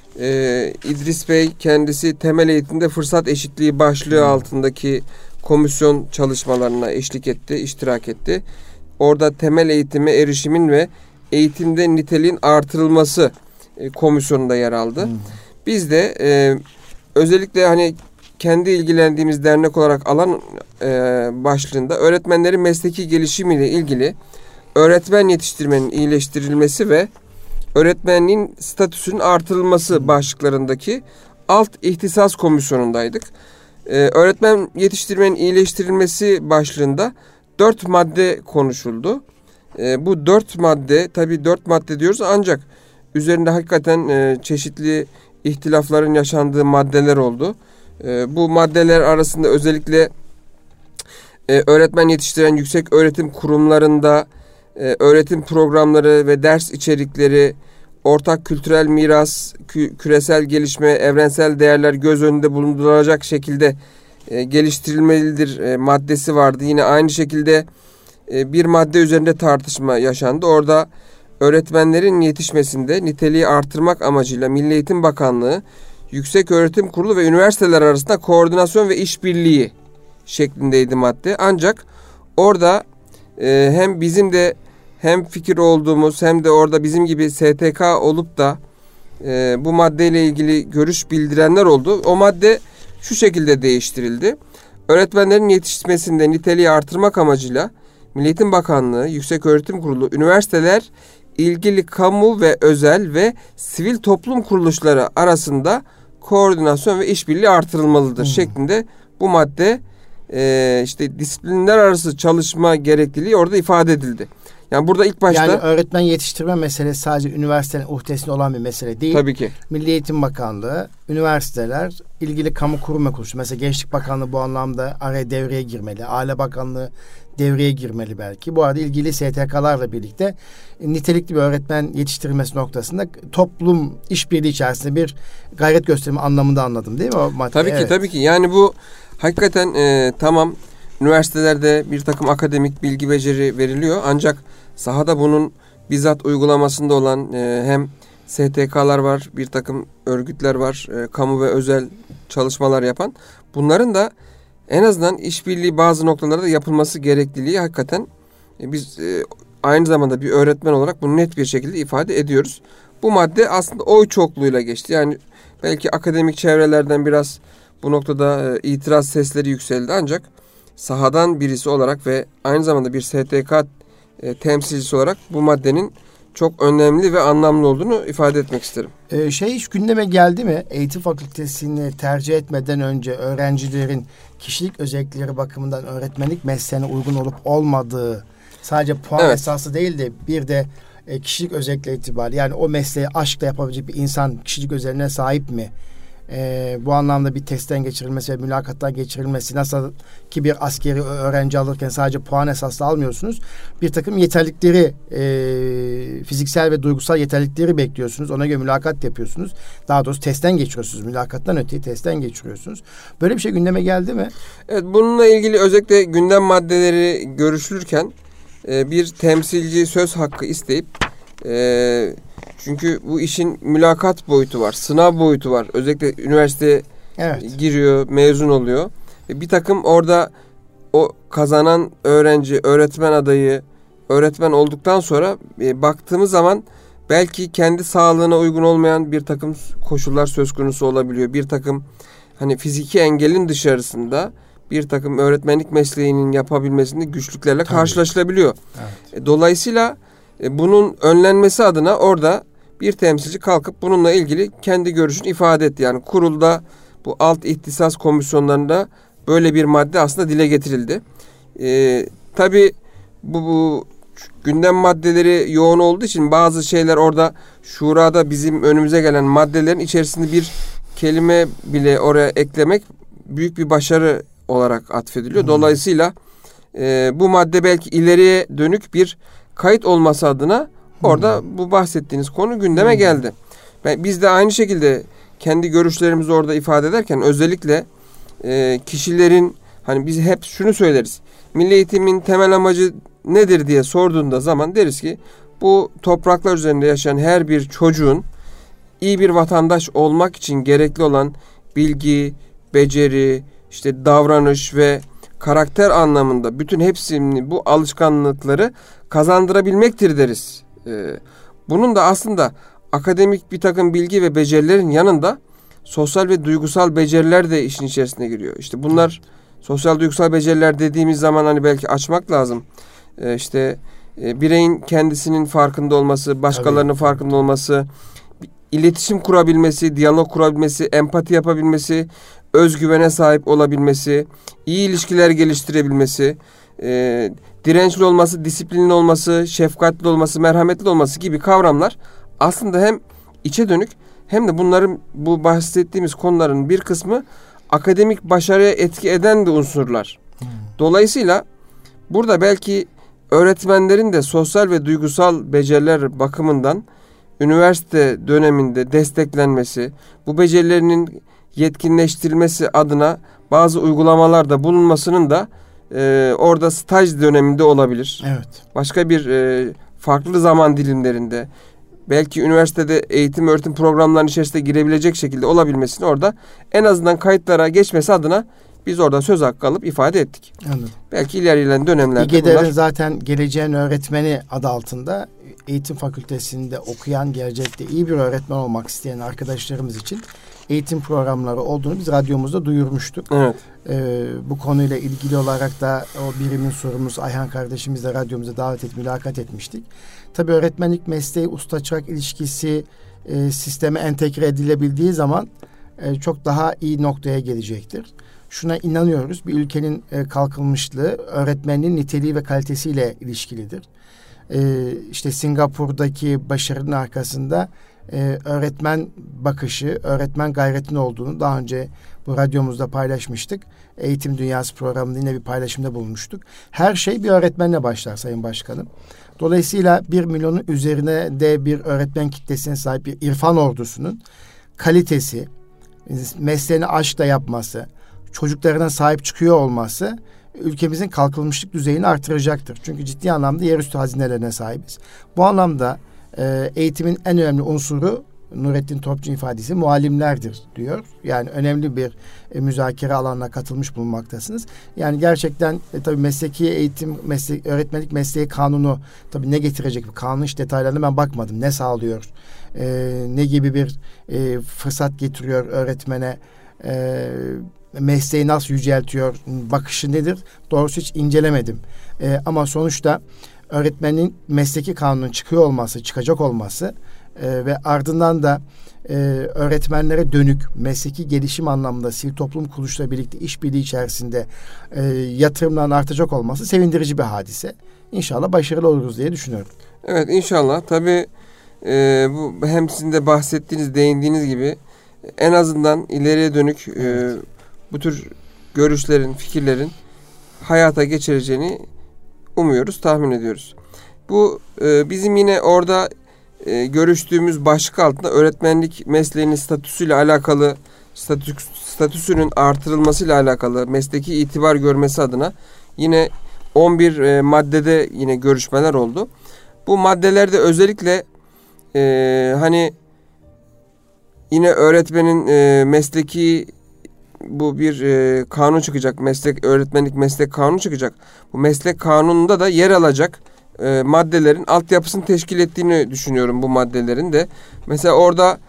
Ee, İdris Bey kendisi temel eğitimde fırsat eşitliği başlığı hmm. altındaki komisyon çalışmalarına eşlik etti, iştirak etti. Orada temel eğitime erişimin ve eğitimde niteliğin artırılması e, komisyonunda yer aldı. Hmm. Biz de e, özellikle hani kendi ilgilendiğimiz dernek olarak alan e, başlığında öğretmenlerin mesleki gelişimiyle ilgili öğretmen yetiştirmenin iyileştirilmesi ve öğretmenliğin statüsünün artırılması hmm. başlıklarındaki alt ihtisas komisyonundaydık. Ee, öğretmen yetiştirmenin iyileştirilmesi başlığında dört madde konuşuldu. Ee, bu dört madde, tabii dört madde diyoruz ancak üzerinde hakikaten e, çeşitli ihtilafların yaşandığı maddeler oldu. E, bu maddeler arasında özellikle e, öğretmen yetiştiren yüksek öğretim kurumlarında e, öğretim programları ve ders içerikleri, ortak kültürel miras, kü- küresel gelişme, evrensel değerler göz önünde bulundurulacak şekilde e, geliştirilmelidir e, maddesi vardı. Yine aynı şekilde e, bir madde üzerinde tartışma yaşandı. Orada öğretmenlerin yetişmesinde niteliği artırmak amacıyla Milli Eğitim Bakanlığı, Yükseköğretim Kurulu ve üniversiteler arasında koordinasyon ve işbirliği şeklindeydi madde. Ancak orada e, hem bizim de hem fikir olduğumuz hem de orada bizim gibi S T K olup da e, bu maddeyle ilgili görüş bildirenler oldu. O madde şu şekilde değiştirildi. Öğretmenlerin yetişmesinde niteliği artırmak amacıyla Milli Eğitim Bakanlığı, Yükseköğretim Kurulu, üniversiteler, ilgili kamu ve özel ve sivil toplum kuruluşları arasında koordinasyon ve işbirliği artırılmalıdır hmm. şeklinde bu madde e, işte disiplinler arası çalışma gerekliliği orada ifade edildi. Yani burada ilk başta... Yani öğretmen yetiştirme meselesi sadece üniversitenin uhdesinde olan bir mesele değil. Tabii ki. Milli Eğitim Bakanlığı, üniversiteler, ilgili kamu kurum ve kuruluşu. Mesela Gençlik Bakanlığı bu anlamda araya devreye girmeli. Aile Bakanlığı devreye girmeli belki. Bu arada ilgili S T K'larla birlikte nitelikli bir öğretmen yetiştirilmesi noktasında toplum işbirliği içerisinde bir gayret gösterme anlamında anladım değil mi o madde? Tabii ki evet. tabii ki. Yani bu hakikaten e, tamam, üniversitelerde bir takım akademik bilgi beceri veriliyor. Ancak sahada bunun bizzat uygulamasında olan e, hem S T K'lar var, bir takım örgütler var, e, kamu ve özel çalışmalar yapan. Bunların da en azından işbirliği bazı noktalarda yapılması gerekliliği hakikaten e, biz e, aynı zamanda bir öğretmen olarak bunu net bir şekilde ifade ediyoruz. Bu madde aslında oy çokluğuyla geçti. Yani belki akademik çevrelerden biraz bu noktada e, itiraz sesleri yükseldi, ancak sahadan birisi olarak ve aynı zamanda bir S T K e, temsilcisi olarak bu maddenin çok önemli ve anlamlı olduğunu ifade etmek isterim. Ee, şey hiç gündeme geldi mi? Eğitim fakültesini tercih etmeden önce öğrencilerin kişilik özellikleri bakımından öğretmenlik mesleğine uygun olup olmadığı, sadece puan evet. esası değil de bir de e, kişilik özellikleri itibariyle, yani o mesleği aşkla yapabilecek bir insan kişilik özelliğine sahip mi? Ee, bu anlamda bir testten geçirilmesi ve mülakattan geçirilmesi, nasıl ki bir askeri öğrenci alırken sadece puan esaslı almıyorsunuz. Bir takım yeterlilikleri, e, fiziksel ve duygusal yeterlilikleri bekliyorsunuz. Ona göre mülakat yapıyorsunuz. Daha doğrusu testten geçiriyorsunuz. Mülakattan öte testten geçiriyorsunuz. Böyle bir şey gündeme geldi mi? Evet, bununla ilgili özellikle gündem maddeleri görüşülürken e, bir temsilci söz hakkı isteyip e, çünkü bu işin mülakat boyutu var, sınav boyutu var. Özellikle üniversiteye evet. giriyor, mezun oluyor. Bir takım orada o kazanan öğrenci, öğretmen adayı, öğretmen olduktan sonra e, baktığımız zaman belki kendi sağlığına uygun olmayan bir takım koşullar söz konusu olabiliyor. Bir takım hani fiziki engelin dışarısında bir takım öğretmenlik mesleğinin yapabilmesinde güçlüklerle Tabii. karşılaşılabiliyor. Evet. E, dolayısıyla e, bunun önlenmesi adına orada bir temsilci kalkıp bununla ilgili kendi görüşünü ifade etti. Yani kurulda bu alt ihtisas komisyonlarında böyle bir madde aslında dile getirildi. Ee, tabii bu, bu gündem maddeleri yoğun olduğu için bazı şeyler orada şurada bizim önümüze gelen maddelerin içerisinde bir kelime bile oraya eklemek büyük bir başarı olarak atfediliyor. Hmm. Dolayısıyla e, bu madde belki ileriye dönük bir kayıt olması adına orada hmm. bu bahsettiğiniz konu gündeme hmm. geldi. Ben, biz de aynı şekilde kendi görüşlerimizi orada ifade ederken özellikle e, kişilerin, hani biz hep şunu söyleriz. Milli eğitimin temel amacı nedir diye sorduğunda zaman deriz ki bu topraklar üzerinde yaşayan her bir çocuğun iyi bir vatandaş olmak için gerekli olan bilgi, beceri, işte davranış ve karakter anlamında bütün hepsini, bu alışkanlıkları kazandırabilmektir deriz. Ee, bunun da aslında akademik bir takım bilgi ve becerilerin yanında sosyal ve duygusal beceriler de işin içerisine giriyor. İşte bunlar sosyal duygusal beceriler dediğimiz zaman hani belki açmak lazım. Ee, işte e, bireyin kendisinin farkında olması, başkalarının Tabii. farkında olması, iletişim kurabilmesi, diyalog kurabilmesi, empati yapabilmesi, özgüvene sahip olabilmesi, iyi ilişkiler geliştirebilmesi, e, dirençli olması, disiplinli olması, şefkatli olması, merhametli olması gibi kavramlar aslında hem içe dönük hem de bunların, bu bahsettiğimiz konuların bir kısmı akademik başarıya etki eden de unsurlar. Hmm. Dolayısıyla burada belki öğretmenlerin de sosyal ve duygusal beceriler bakımından üniversite döneminde desteklenmesi, bu becerilerinin yetkinleştirilmesi adına bazı uygulamalarda bulunmasının da e, orada staj döneminde olabilir. Evet. Başka bir e, farklı zaman dilimlerinde, belki üniversitede eğitim öğretim programlarının içerisinde girebilecek şekilde olabilmesini orada en azından kayıtlara geçmesi adına biz orada söz hakkı alıp ifade ettik. Anladım. Belki ilerleyen dönemlerde İGEDER'in bunlar... zaten geleceğin öğretmeni adı altında eğitim fakültesinde okuyan, gelecekte iyi bir öğretmen olmak isteyen arkadaşlarımız için eğitim programları olduğunu biz radyomuzda duyurmuştuk. Evet. Ee, bu konuyla ilgili olarak da o birimin sorumlusu Ayhan kardeşimizle radyomuza davet et, mülakat etmiştik. Tabii öğretmenlik mesleği, usta çırak ilişkisi e, sisteme entegre edilebildiği zaman e, çok daha iyi noktaya gelecektir. Şuna inanıyoruz, bir ülkenin e, kalkınmışlığı öğretmenliğin niteliği ve kalitesiyle ilişkilidir. E, işte Singapur'daki başarının arkasında e, öğretmen bakışı, öğretmen gayretinin olduğunu daha önce bu radyomuzda paylaşmıştık. Eğitim Dünyası programında yine bir paylaşımda bulunmuştuk. Her şey bir öğretmenle başlar Sayın Başkanım. Dolayısıyla bir milyonun üzerine de bir öğretmen kitlesine sahip bir irfan ordusunun kalitesi, mesleğini aşkla yapması, çocuklarına sahip çıkıyor olması ülkemizin kalkınmışlık düzeyini artıracaktır. Çünkü ciddi anlamda yerüstü hazinelerine sahibiz. Bu anlamda e, eğitimin en önemli unsuru Nurettin Topçu'nun ifadesi muallimlerdir diyor. Yani önemli bir e, müzakere alanına katılmış bulunmaktasınız. Yani gerçekten e, tabii mesleki eğitim, meslek, öğretmenlik mesleği kanunu tabii ne getirecek? Kanun iş detaylarına ben bakmadım. Ne sağlıyor? E, ne gibi bir e, fırsat getiriyor öğretmene? E, mesleği nasıl yüceltiyor? Bakışı nedir? Doğrusu hiç incelemedim. E, ama sonuçta öğretmenin mesleki kanunun çıkıyor olması, çıkacak olması Ee, ve ardından da e, öğretmenlere dönük mesleki gelişim anlamında sivil toplum kuruluşlarıyla birlikte işbirliği içerisinde e, yatırımların artacak olması sevindirici bir hadise. İnşallah başarılı oluruz diye düşünüyorum. Evet, inşallah. Tabii e, bu hem sizin de bahsettiğiniz, değindiğiniz gibi en azından ileriye dönük e, evet. bu tür görüşlerin, fikirlerin hayata geçireceğini umuyoruz, tahmin ediyoruz. Bu e, bizim yine orada e, görüştüğümüz başlık altında öğretmenlik mesleğinin statüsüyle alakalı, statü, statüsünün artırılmasıyla alakalı, mesleki itibar görmesi adına yine on bir e, maddede yine görüşmeler oldu. Bu maddelerde özellikle e, hani yine öğretmenin e, mesleki bu bir e, kanun çıkacak. Meslek öğretmenlik meslek kanunu çıkacak. Bu meslek kanununda da yer alacak e, maddelerin altyapısını teşkil ettiğini düşünüyorum bu maddelerin de. Mesela orada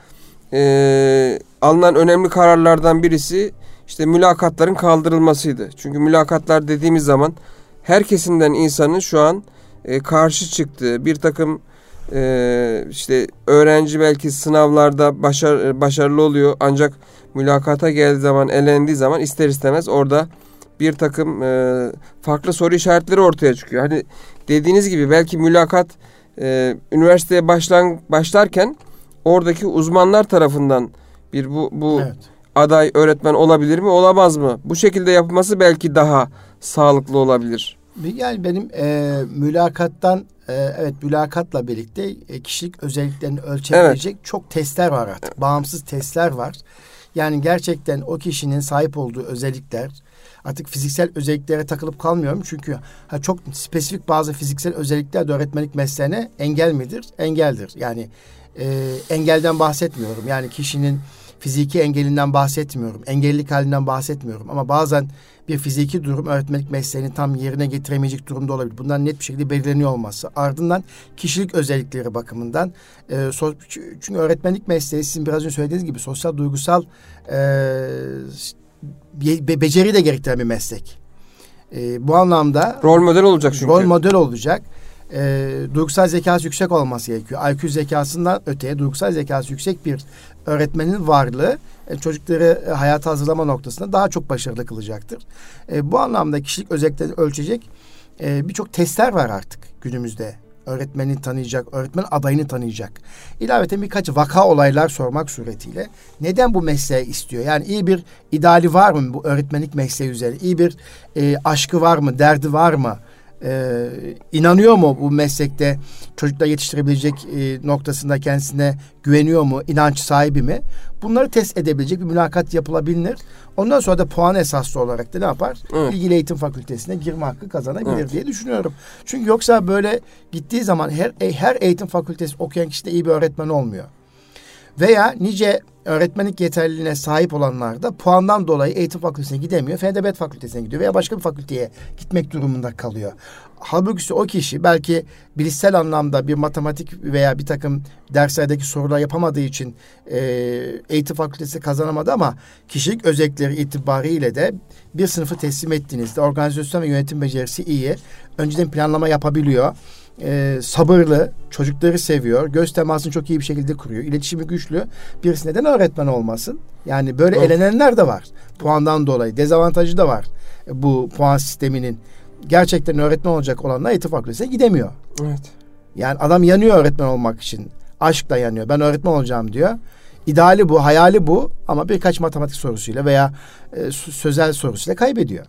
e, alınan önemli kararlardan birisi işte mülakatların kaldırılmasıydı. Çünkü mülakatlar dediğimiz zaman her kesimden insanın şu an e, karşı çıktığı bir takım e, işte öğrenci belki sınavlarda başar, başarılı oluyor ancak mülakata geldiği zaman, elendiği zaman ister istemez orada bir takım e, farklı soru işaretleri ortaya çıkıyor. Hani dediğiniz gibi belki mülakat e, üniversiteye başlan, başlarken oradaki uzmanlar tarafından bir bu bu evet. aday öğretmen olabilir mi, olamaz mı? Bu şekilde yapılması belki daha sağlıklı olabilir. Yani benim e, mülakattan e, evet mülakatla birlikte e, kişilik özelliklerini ölçebilecek evet. çok testler var artık. Bağımsız testler var. Yani gerçekten o kişinin sahip olduğu özellikler artık fiziksel özelliklere takılıp kalmıyorum. Çünkü ha, çok spesifik bazı fiziksel özellikler de öğretmenlik mesleğine engel midir? Engeldir. Yani e, engelden bahsetmiyorum. Yani kişinin fiziki engelinden bahsetmiyorum. Engellilik halinden bahsetmiyorum. Ama bazen bir fiziki durum öğretmenlik mesleğini tam yerine getiremeyecek durumda olabilir. Bundan net bir şekilde belirleniyor olması. Ardından kişilik özellikleri bakımından e, so, çünkü öğretmenlik mesleği sizin biraz önce söylediğiniz gibi sosyal duygusal e, be, beceri de gerektiren bir meslek. E, bu anlamda rol model olacak çünkü. Rol model olacak. E, duygusal zekası yüksek olması gerekiyor. I Q zekasından öteye duygusal zekası yüksek bir öğretmenin varlığı e, çocukları e, hayata hazırlama noktasında daha çok başarılı kılacaktır. E, bu anlamda kişilik özelliklerini ölçecek e, birçok testler var artık günümüzde. Öğretmeni tanıyacak, öğretmen adayını tanıyacak. İlaveten birkaç vaka olaylar sormak suretiyle neden bu mesleği istiyor? Yani iyi bir ideali var mı bu öğretmenlik mesleği üzerine? İyi bir e, aşkı var mı, derdi var mı? e, inanıyor mu bu meslekte çocuklar yetiştirebilecek e, noktasında kendisine güveniyor mu, inanç sahibi mi? Bunları test edebilecek bir mülakat yapılabilir. Ondan sonra da puan esaslı olarak da ne yapar? Evet. İlgili eğitim fakültesine girme hakkı kazanabilir evet. diye düşünüyorum. Çünkü yoksa böyle gittiği zaman her her eğitim fakültesi okuyan kişi de iyi bir öğretmen olmuyor. Veya nice öğretmenlik yeterliliğine sahip olanlar da puandan dolayı eğitim fakültesine gidemiyor. Fen Edebiyat Fakültesine gidiyor veya başka bir fakülteye gitmek durumunda kalıyor. Halbuki o kişi belki bilişsel anlamda bir matematik veya bir takım derslerdeki sorular yapamadığı için e, eğitim fakültesi kazanamadı ama kişilik özellikleri itibariyle de bir sınıfı teslim ettiğinizde organizasyon ve yönetim becerisi iyi. Önceden planlama yapabiliyor. Ee, sabırlı, çocukları seviyor, göz temasını çok iyi bir şekilde kuruyor, iletişimi güçlü. Birisi neden öğretmen olmasın? Yani böyle evet. elenenler de var. Puandan dolayı. Dezavantajı da var bu puan sisteminin. Gerçekten öğretmen olacak olanlar eğitim fakültesine gidemiyor. Evet. Yani adam yanıyor öğretmen olmak için. Aşkla yanıyor. Ben öğretmen olacağım diyor. İdeali bu, hayali bu ama birkaç matematik sorusuyla veya e, sözel sorusuyla kaybediyor.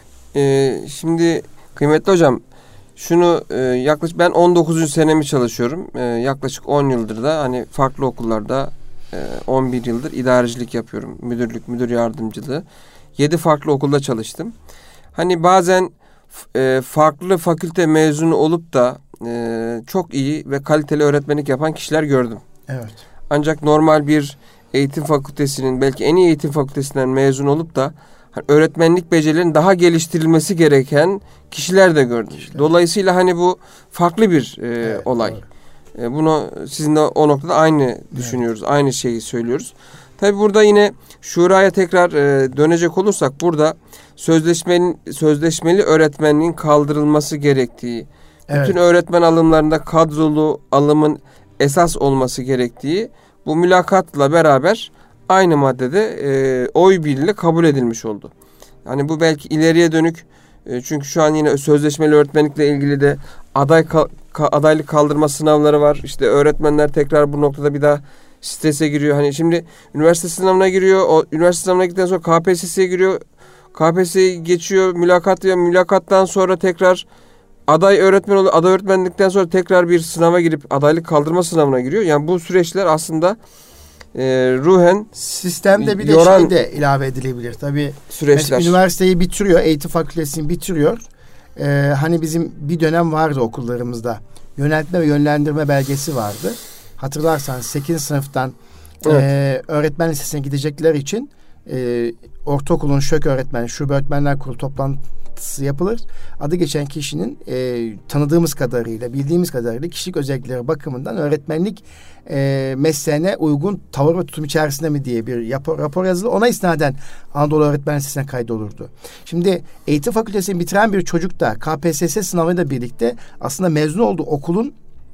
Ee, şimdi kıymetli hocam, şunu e, yaklaşık ben on dokuzuncu senemi çalışıyorum. E, yaklaşık on yıldır da hani farklı okullarda e, on bir yıldır idarecilik yapıyorum. Müdürlük, müdür yardımcılığı. yedi farklı okulda çalıştım. Hani bazen e, farklı fakülte mezunu olup da e, çok iyi ve kaliteli öğretmenlik yapan kişiler gördüm. Evet. Ancak normal bir eğitim fakültesinin, belki en iyi eğitim fakültesinden mezun olup da öğretmenlik becerilerinin daha geliştirilmesi gereken kişiler de gördüm. Kişiler. Dolayısıyla hani bu farklı bir e, evet, olay. E, bunu sizinle o noktada aynı düşünüyoruz. Evet. Aynı şeyi söylüyoruz. Tabii burada yine şuraya tekrar e, dönecek olursak burada sözleşmenin sözleşmeli öğretmenliğin kaldırılması gerektiği, evet. bütün öğretmen alımlarında kadrolu alımın esas olması gerektiği bu mülakatla beraber aynı maddede e, oy birliğiyle kabul edilmiş oldu. Yani bu belki ileriye dönük e, çünkü şu an yine sözleşmeli öğretmenlikle ilgili de aday ka, ka, adaylık kaldırma sınavları var. İşte öğretmenler tekrar bu noktada bir daha strese giriyor. Hani şimdi üniversite sınavına giriyor. O üniversite sınavına gittikten sonra K P S S'ye giriyor. K P S S'ye geçiyor. Mülakat ya mülakattan sonra tekrar aday öğretmen oluyor. Aday öğretmenlikten sonra tekrar bir sınava girip adaylık kaldırma sınavına giriyor. Yani bu süreçler aslında e, ruhen sistemde bir de şey de ilave edilebilir. Tabii süreçler. Üniversiteyi bitiriyor, eğitim fakültesini bitiriyor. Ee, hani bizim bir dönem vardı okullarımızda. Yöneltme ve yönlendirme belgesi vardı. Hatırlarsan sekizinci sınıftan evet. e, öğretmen lisesine gidecekler için e, ortaokulun şök öğretmen, şube öğretmenler kurulu toplantısı yapılır. Adı geçen kişinin e, tanıdığımız kadarıyla, bildiğimiz kadarıyla kişilik özellikleri bakımından öğretmenlik e, mesleğine uygun tavır ve tutum içerisinde mi diye bir rapor, rapor yazılı. Ona isnaden Anadolu Öğretmen Lisesi'ne kaydolurdu. Şimdi eğitim fakültesini bitiren bir çocuk da K P S S sınavıyla birlikte aslında mezun olduğu okulun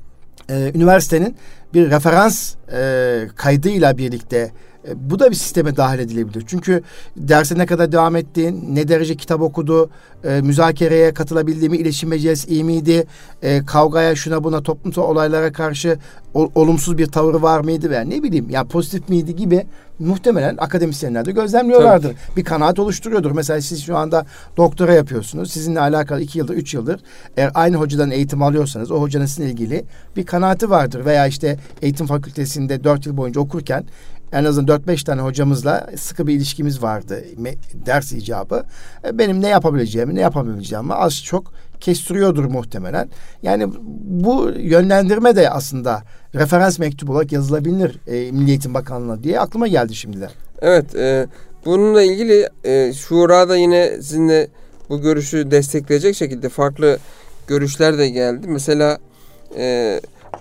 Ee, üniversitenin bir referans e, kaydıyla birlikte e, bu da bir sisteme dahil edilebilir. Çünkü derse ne kadar devam ettiğin, ne derece kitap okudu, e, müzakereye katılabildiği mi, iletişim becerisi iyi miydi, e, kavgaya, şuna buna, toplumsal olaylara karşı o, olumsuz bir tavırı var mıydı veya ne bileyim ya pozitif miydi gibi muhtemelen akademisyenler de gözlemliyorlardır. Tabii. Bir kanaat oluşturuyordur. Mesela siz şu anda doktora yapıyorsunuz. Sizinle alakalı iki yıldır, üç yıldır eğer aynı hocadan eğitim alıyorsanız o hocanın sizinle ilgili bir kanaati vardır. Veya işte eğitim fakültesinde dört yıl boyunca okurken en azından dört beş tane hocamızla sıkı bir ilişkimiz vardı. Ders icabı. Benim ne yapabileceğimi, ne yapamayacağımı az çok kestiriyordur muhtemelen. Yani bu yönlendirme de aslında referans mektubu olarak yazılabilir e, Milli Eğitim Bakanlığı'na diye aklıma geldi şimdiden. Evet. E, bununla ilgili e, Şura'da yine sizinle bu görüşü destekleyecek şekilde farklı görüşler de geldi. Mesela e,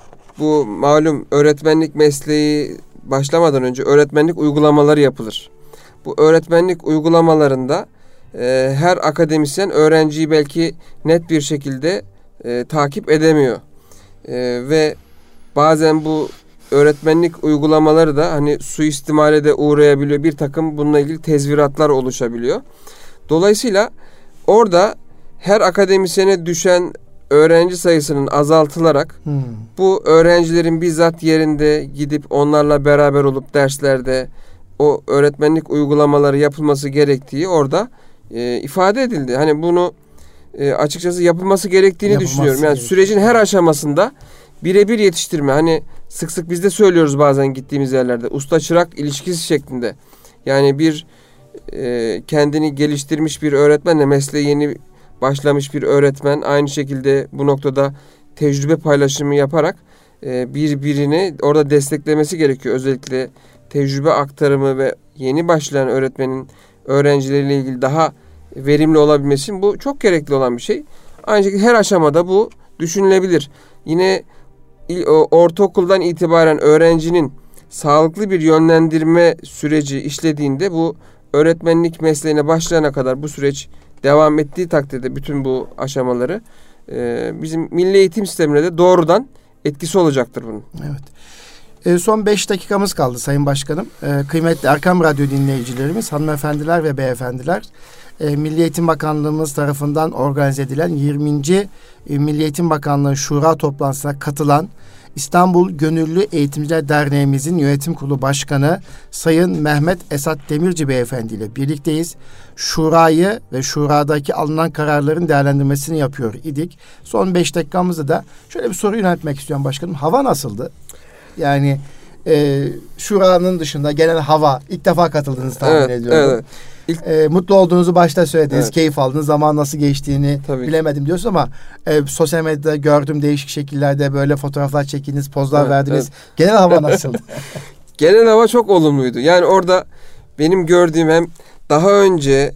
bu malum öğretmenlik mesleği başlamadan önce öğretmenlik uygulamaları yapılır. Bu öğretmenlik uygulamalarında e, her akademisyen öğrenciyi belki net bir şekilde e, takip edemiyor. E, ve bazen bu öğretmenlik uygulamaları da hani suistimale de uğrayabiliyor. Bir takım bununla ilgili tezviratlar oluşabiliyor. Dolayısıyla orada her akademisyene düşen öğrenci sayısının azaltılarak hmm. bu öğrencilerin bizzat yerinde gidip onlarla beraber olup derslerde o öğretmenlik uygulamaları yapılması gerektiği orada e, ifade edildi. Hani bunu e, açıkçası yapılması gerektiğini Yapılması düşünüyorum. Yani gerekiyor. sürecin her aşamasında birebir yetiştirme. Hani sık sık biz de söylüyoruz bazen gittiğimiz yerlerde. Usta çırak ilişkisi şeklinde. Yani bir e, kendini geliştirmiş bir öğretmenle mesleğe yeni başlamış bir öğretmen aynı şekilde bu noktada tecrübe paylaşımı yaparak e, birbirini orada desteklemesi gerekiyor. Özellikle tecrübe aktarımı ve yeni başlayan öğretmenin öğrencileriyle ilgili daha verimli olabilmesi için bu çok gerekli olan bir şey. Aynı şekilde her aşamada bu düşünülebilir. Yine ortaokuldan itibaren öğrencinin sağlıklı bir yönlendirme süreci işlediğinde bu öğretmenlik mesleğine başlayana kadar bu süreç devam ettiği takdirde bütün bu aşamaları e, bizim milli eğitim sistemine de doğrudan etkisi olacaktır bunun. Evet. E, son beş dakikamız kaldı Sayın Başkanım. E, kıymetli Erkam Radyo dinleyicilerimiz, hanımefendiler ve beyefendiler, e, Milli Eğitim Bakanlığımız tarafından organize edilen yirminci E, Milli Eğitim Bakanlığı Şura toplantısına katılan İstanbul Gönüllü Eğitimciler Derneğimizin Yönetim Kurulu Başkanı Sayın Mehmet Esat Demirci Beyefendi ile birlikteyiz. Şurayı ve şuradaki alınan kararların değerlendirmesini yapıyor idik. Son beş dakikamızda da şöyle bir soru yöneltmek istiyorum başkanım. Hava nasıldı? Yani e, şuranın dışında genel hava, ilk defa katıldınız tahmin evet, ediyorum. Evet. İlk... E, mutlu olduğunuzu başta söylediniz, evet. keyif aldınız, zaman nasıl geçtiğini Tabii. bilemedim diyorsunuz ama e, sosyal medyada gördüm değişik şekillerde böyle fotoğraflar çektiniz, pozlar evet, verdiniz. Evet. Genel hava nasıldı? Genel hava çok olumluydu. Yani orada benim gördüğüm hem daha önce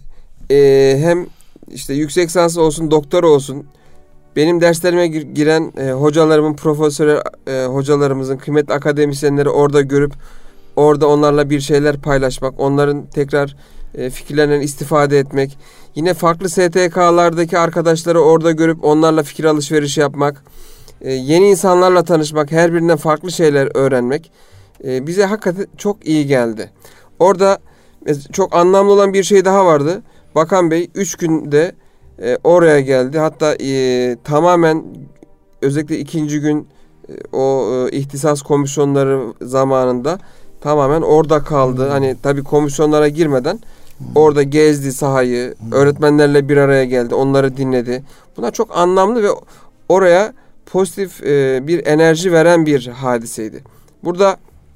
e, hem işte yüksek lisans olsun, doktora olsun benim derslerime giren e, hocalarımın, profesör e, hocalarımızın, kıymetli akademisyenleri orada görüp orada onlarla bir şeyler paylaşmak, onların tekrar e, fikirlerinden istifade etmek, yine farklı S T K'lardaki arkadaşları orada görüp onlarla fikir alışverişi yapmak, e, yeni insanlarla tanışmak, her birinden farklı şeyler öğrenmek e, bize hakikaten çok iyi geldi. Orada çok anlamlı olan bir şey daha vardı. Bakan Bey üç günde e, oraya geldi. Hatta e, tamamen özellikle ikinci gün e, o e, ihtisas komisyonları zamanında tamamen orada kaldı. Hmm. Hani tabii komisyonlara girmeden hmm. orada gezdi sahayı. Hmm. Öğretmenlerle bir araya geldi. Onları dinledi. Bunlar çok anlamlı ve oraya pozitif e, bir enerji veren bir hadiseydi. Burada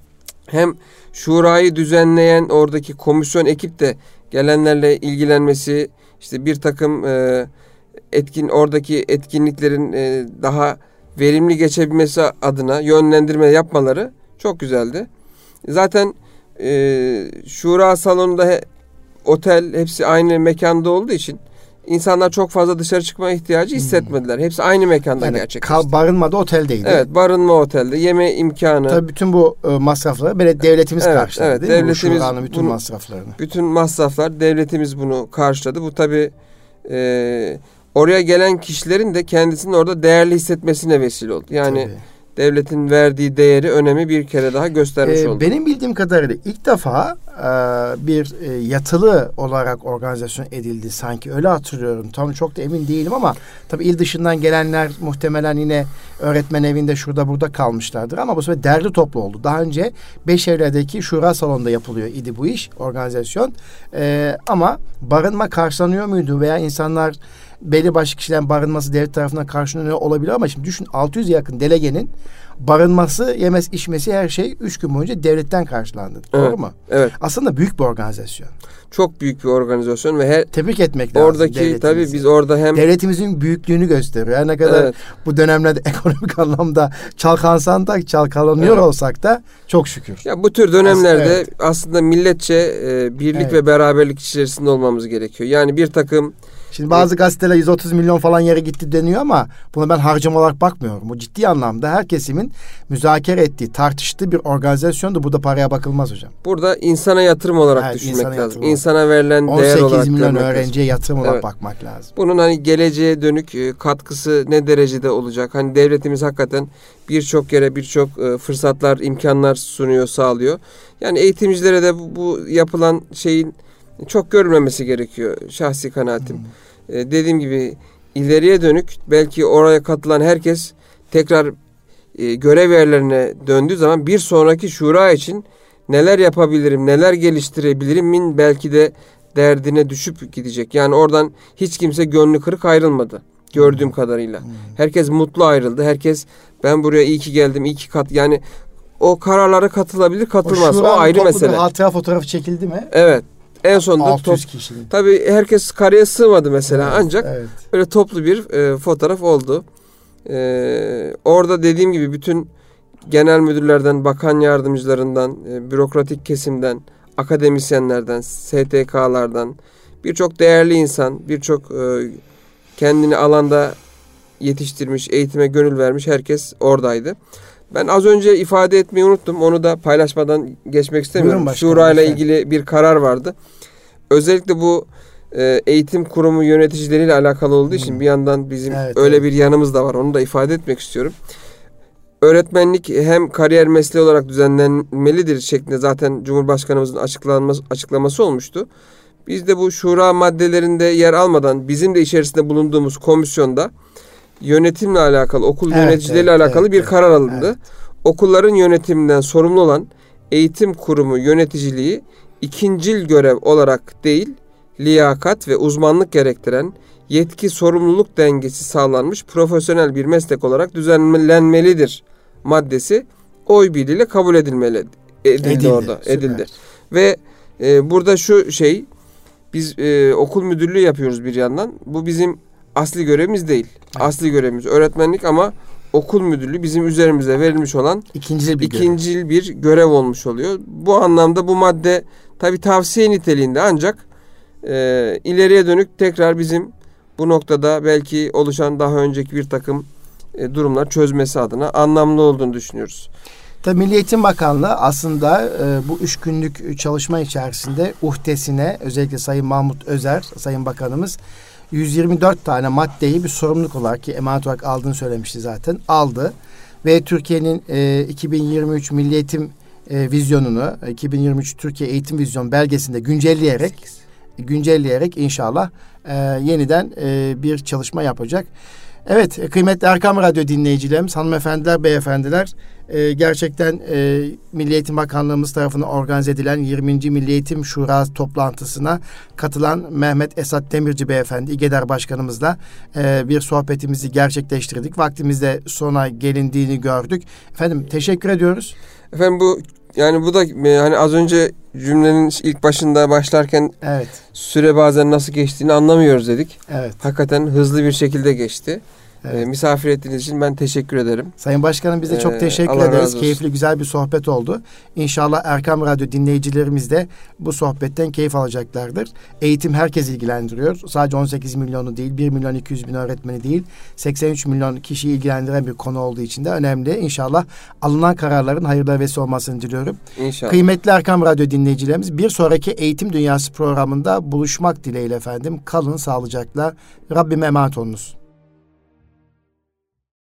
hem şurayı düzenleyen oradaki komisyon ekip de gelenlerle ilgilenmesi, işte bir takım e, etkin oradaki etkinliklerin e, daha verimli geçebilmesi adına yönlendirme yapmaları çok güzeldi. Zaten e, şura salonunda he, otel hepsi aynı mekanda olduğu için İnsanlar çok fazla dışarı çıkma ihtiyacı hissetmediler. Hepsi aynı mekanda yani gerçekleşti. Barınma da oteldeydi. Evet, barınma otelde, yeme imkanı. Tabii bütün bu e, masrafları böyle devletimiz evet, karşıladı evet, değil devletimiz mi? Bu şuranın bütün bunu, masraflarını. Bütün masraflar devletimiz bunu karşıladı. Bu tabii e, oraya gelen kişilerin de kendisini orada değerli hissetmesine vesile oldu. Yani tabii. Devletin verdiği değeri, önemi bir kere daha göstermiş ee, oldu. Benim bildiğim kadarıyla ilk defa e, bir e, yatılı olarak organizasyon edildi sanki. Öyle hatırlıyorum. Tam çok da emin değilim ama tabii il dışından gelenler muhtemelen yine öğretmen evinde şurada burada kalmışlardır. Ama bu sefer derli toplu oldu. Daha önce Beşevler'deki Şura Salonu'nda yapılıyor idi bu iş, organizasyon. E, ama barınma karşılanıyor muydu veya insanlar belli başlı kişilerin barınması devlet tarafından karşılanıyor olabilir ama şimdi düşün altı yüze yakın delegenin barınması, yemesi, içmesi her şey üç gün boyunca devletten karşılandı. Evet, doğru mu? Evet. Aslında büyük bir organizasyon. Çok büyük bir organizasyon ve her tebrik etmek lazım. Oradaki tabii biz orada hem devletimizin büyüklüğünü gösteriyor. Her ne kadar evet. bu dönemlerde ekonomik anlamda çalkansan da çalkalanıyor evet. olsak da çok şükür. Ya bu tür dönemlerde aslında, evet. aslında milletçe e, birlik evet. ve beraberlik içerisinde olmamız gerekiyor. Yani bir takım Şimdi bazı gazeteler yüz otuz milyon falan yere gitti deniyor ama buna ben harcama olarak bakmıyorum. Bu ciddi anlamda her kesimin müzakere ettiği, tartıştığı bir organizasyondu. Burada paraya bakılmaz hocam. Burada insana yatırım olarak evet, düşünmek insana lazım. İnsana verilen değer olarak on sekiz milyon öğrenciye yatırım olarak evet. bakmak lazım. Bunun hani geleceğe dönük katkısı ne derecede olacak? Hani devletimiz hakikaten birçok yere birçok fırsatlar, imkanlar sunuyor, sağlıyor. Yani eğitimcilere de bu, bu yapılan şeyin çok görülmemesi gerekiyor şahsi kanaatim. Hmm. Ee, dediğim gibi ileriye dönük belki oraya katılan herkes tekrar e, görev yerlerine döndüğü zaman bir sonraki şura için neler yapabilirim, neler geliştirebilirimin belki de derdine düşüp gidecek. Yani oradan hiç kimse gönlü kırık ayrılmadı. Gördüğüm kadarıyla. Hmm. Herkes mutlu ayrıldı. Herkes ben buraya iyi ki geldim, iyi ki kat... Yani o kararlara katılabilir, katılmaz. O, o ayrı mesele. Bir hatıra fotoğrafı çekildi mi? Evet. En sonunda altı yüz kişinin. Tabii herkes kareye sığmadı mesela. Evet, ancak evet. Böyle toplu bir e, fotoğraf oldu. E, orada dediğim gibi bütün genel müdürlerden, bakan yardımcılarından, e, bürokratik kesimden, akademisyenlerden, S T K'lardan birçok değerli insan, birçok e, kendini alanda yetiştirmiş, eğitime gönül vermiş herkes oradaydı. Ben az önce ifade etmeyi unuttum. Onu da paylaşmadan geçmek istemiyorum. Şura ile ilgili bir karar vardı. Özellikle bu e, eğitim kurumu yöneticileriyle alakalı olduğu hmm. için bir yandan bizim evet, öyle evet. bir yanımız da var. Onu da ifade etmek istiyorum. Öğretmenlik hem kariyer mesleği olarak düzenlenmelidir şeklinde zaten Cumhurbaşkanımızın açıklaması, açıklaması olmuştu. Biz de bu şura maddelerinde yer almadan bizim de içerisinde bulunduğumuz komisyonda yönetimle alakalı, okul evet, yöneticileriyle evet, alakalı evet, bir karar alındı. Evet. Okulların yönetiminden sorumlu olan eğitim kurumu yöneticiliği ikincil görev olarak değil, liyakat ve uzmanlık gerektiren yetki sorumluluk dengesi sağlanmış profesyonel bir meslek olarak düzenlenmelidir maddesi oy birliğiyle kabul edilmeli edildi, edildi orada süper. edildi. Ve e, burada şu şey biz e, okul müdürlüğü yapıyoruz bir yandan. Bu bizim asli görevimiz değil. Evet. Asli görevimiz öğretmenlik ama okul müdürlüğü bizim üzerimize verilmiş olan ikincil bir, ikincil görev. bir görev olmuş oluyor. Bu anlamda bu madde tabii tavsiye niteliğinde ancak e, ileriye dönük tekrar bizim bu noktada belki oluşan daha önceki bir takım e, durumlar çözmesi adına anlamlı olduğunu düşünüyoruz. Tabii Milli Eğitim Bakanlığı aslında e, bu üç günlük çalışma içerisinde uhdesine özellikle Sayın Mahmut Özer, Sayın Bakanımız yüz yirmi dört tane maddeyi bir sorumluluk olarak ki emanet olarak aldığını söylemişti zaten. Aldı ve Türkiye'nin e, iki bin yirmi üç Milli Eğitim e, vizyonunu, iki bin yirmi üç Türkiye Eğitim Vizyon belgesinde güncelleyerek güncelleyerek inşallah e, yeniden e, bir çalışma yapacak. Evet, kıymetli Erkam Radyo dinleyicilerimiz, hanımefendiler, beyefendiler, e, gerçekten e, Milli Eğitim Bakanlığımız tarafından organize edilen yirminci Milli Eğitim Şura toplantısına katılan Mehmet Esat Demirci beyefendi, İGEDER Başkanımızla e, bir sohbetimizi gerçekleştirdik. Vaktimizde sona gelindiğini gördük. Efendim teşekkür ediyoruz. Efendim bu yani bu da hani az önce cümlenin ilk başında başlarken evet. süre bazen nasıl geçtiğini anlamıyoruz dedik. Evet. Hakikaten hızlı bir şekilde geçti. Evet. E, misafir ettiğiniz için ben teşekkür ederim. Sayın Başkanım biz de çok teşekkür ee, ederiz. Keyifli güzel bir sohbet oldu. İnşallah Erkam Radyo dinleyicilerimiz de bu sohbetten keyif alacaklardır. Eğitim herkes ilgilendiriyor. Sadece on sekiz milyonu değil, bir milyon iki yüz bin öğretmeni değil, seksen üç milyon kişiyi ilgilendiren bir konu olduğu için de önemli. İnşallah alınan kararların hayırlı vesile olmasını diliyorum. İnşallah. Kıymetli Erkam Radyo dinleyicilerimiz, bir sonraki Eğitim Dünyası programında buluşmak dileğiyle efendim. Kalın sağlıcakla. Rabbime emanet olunuz.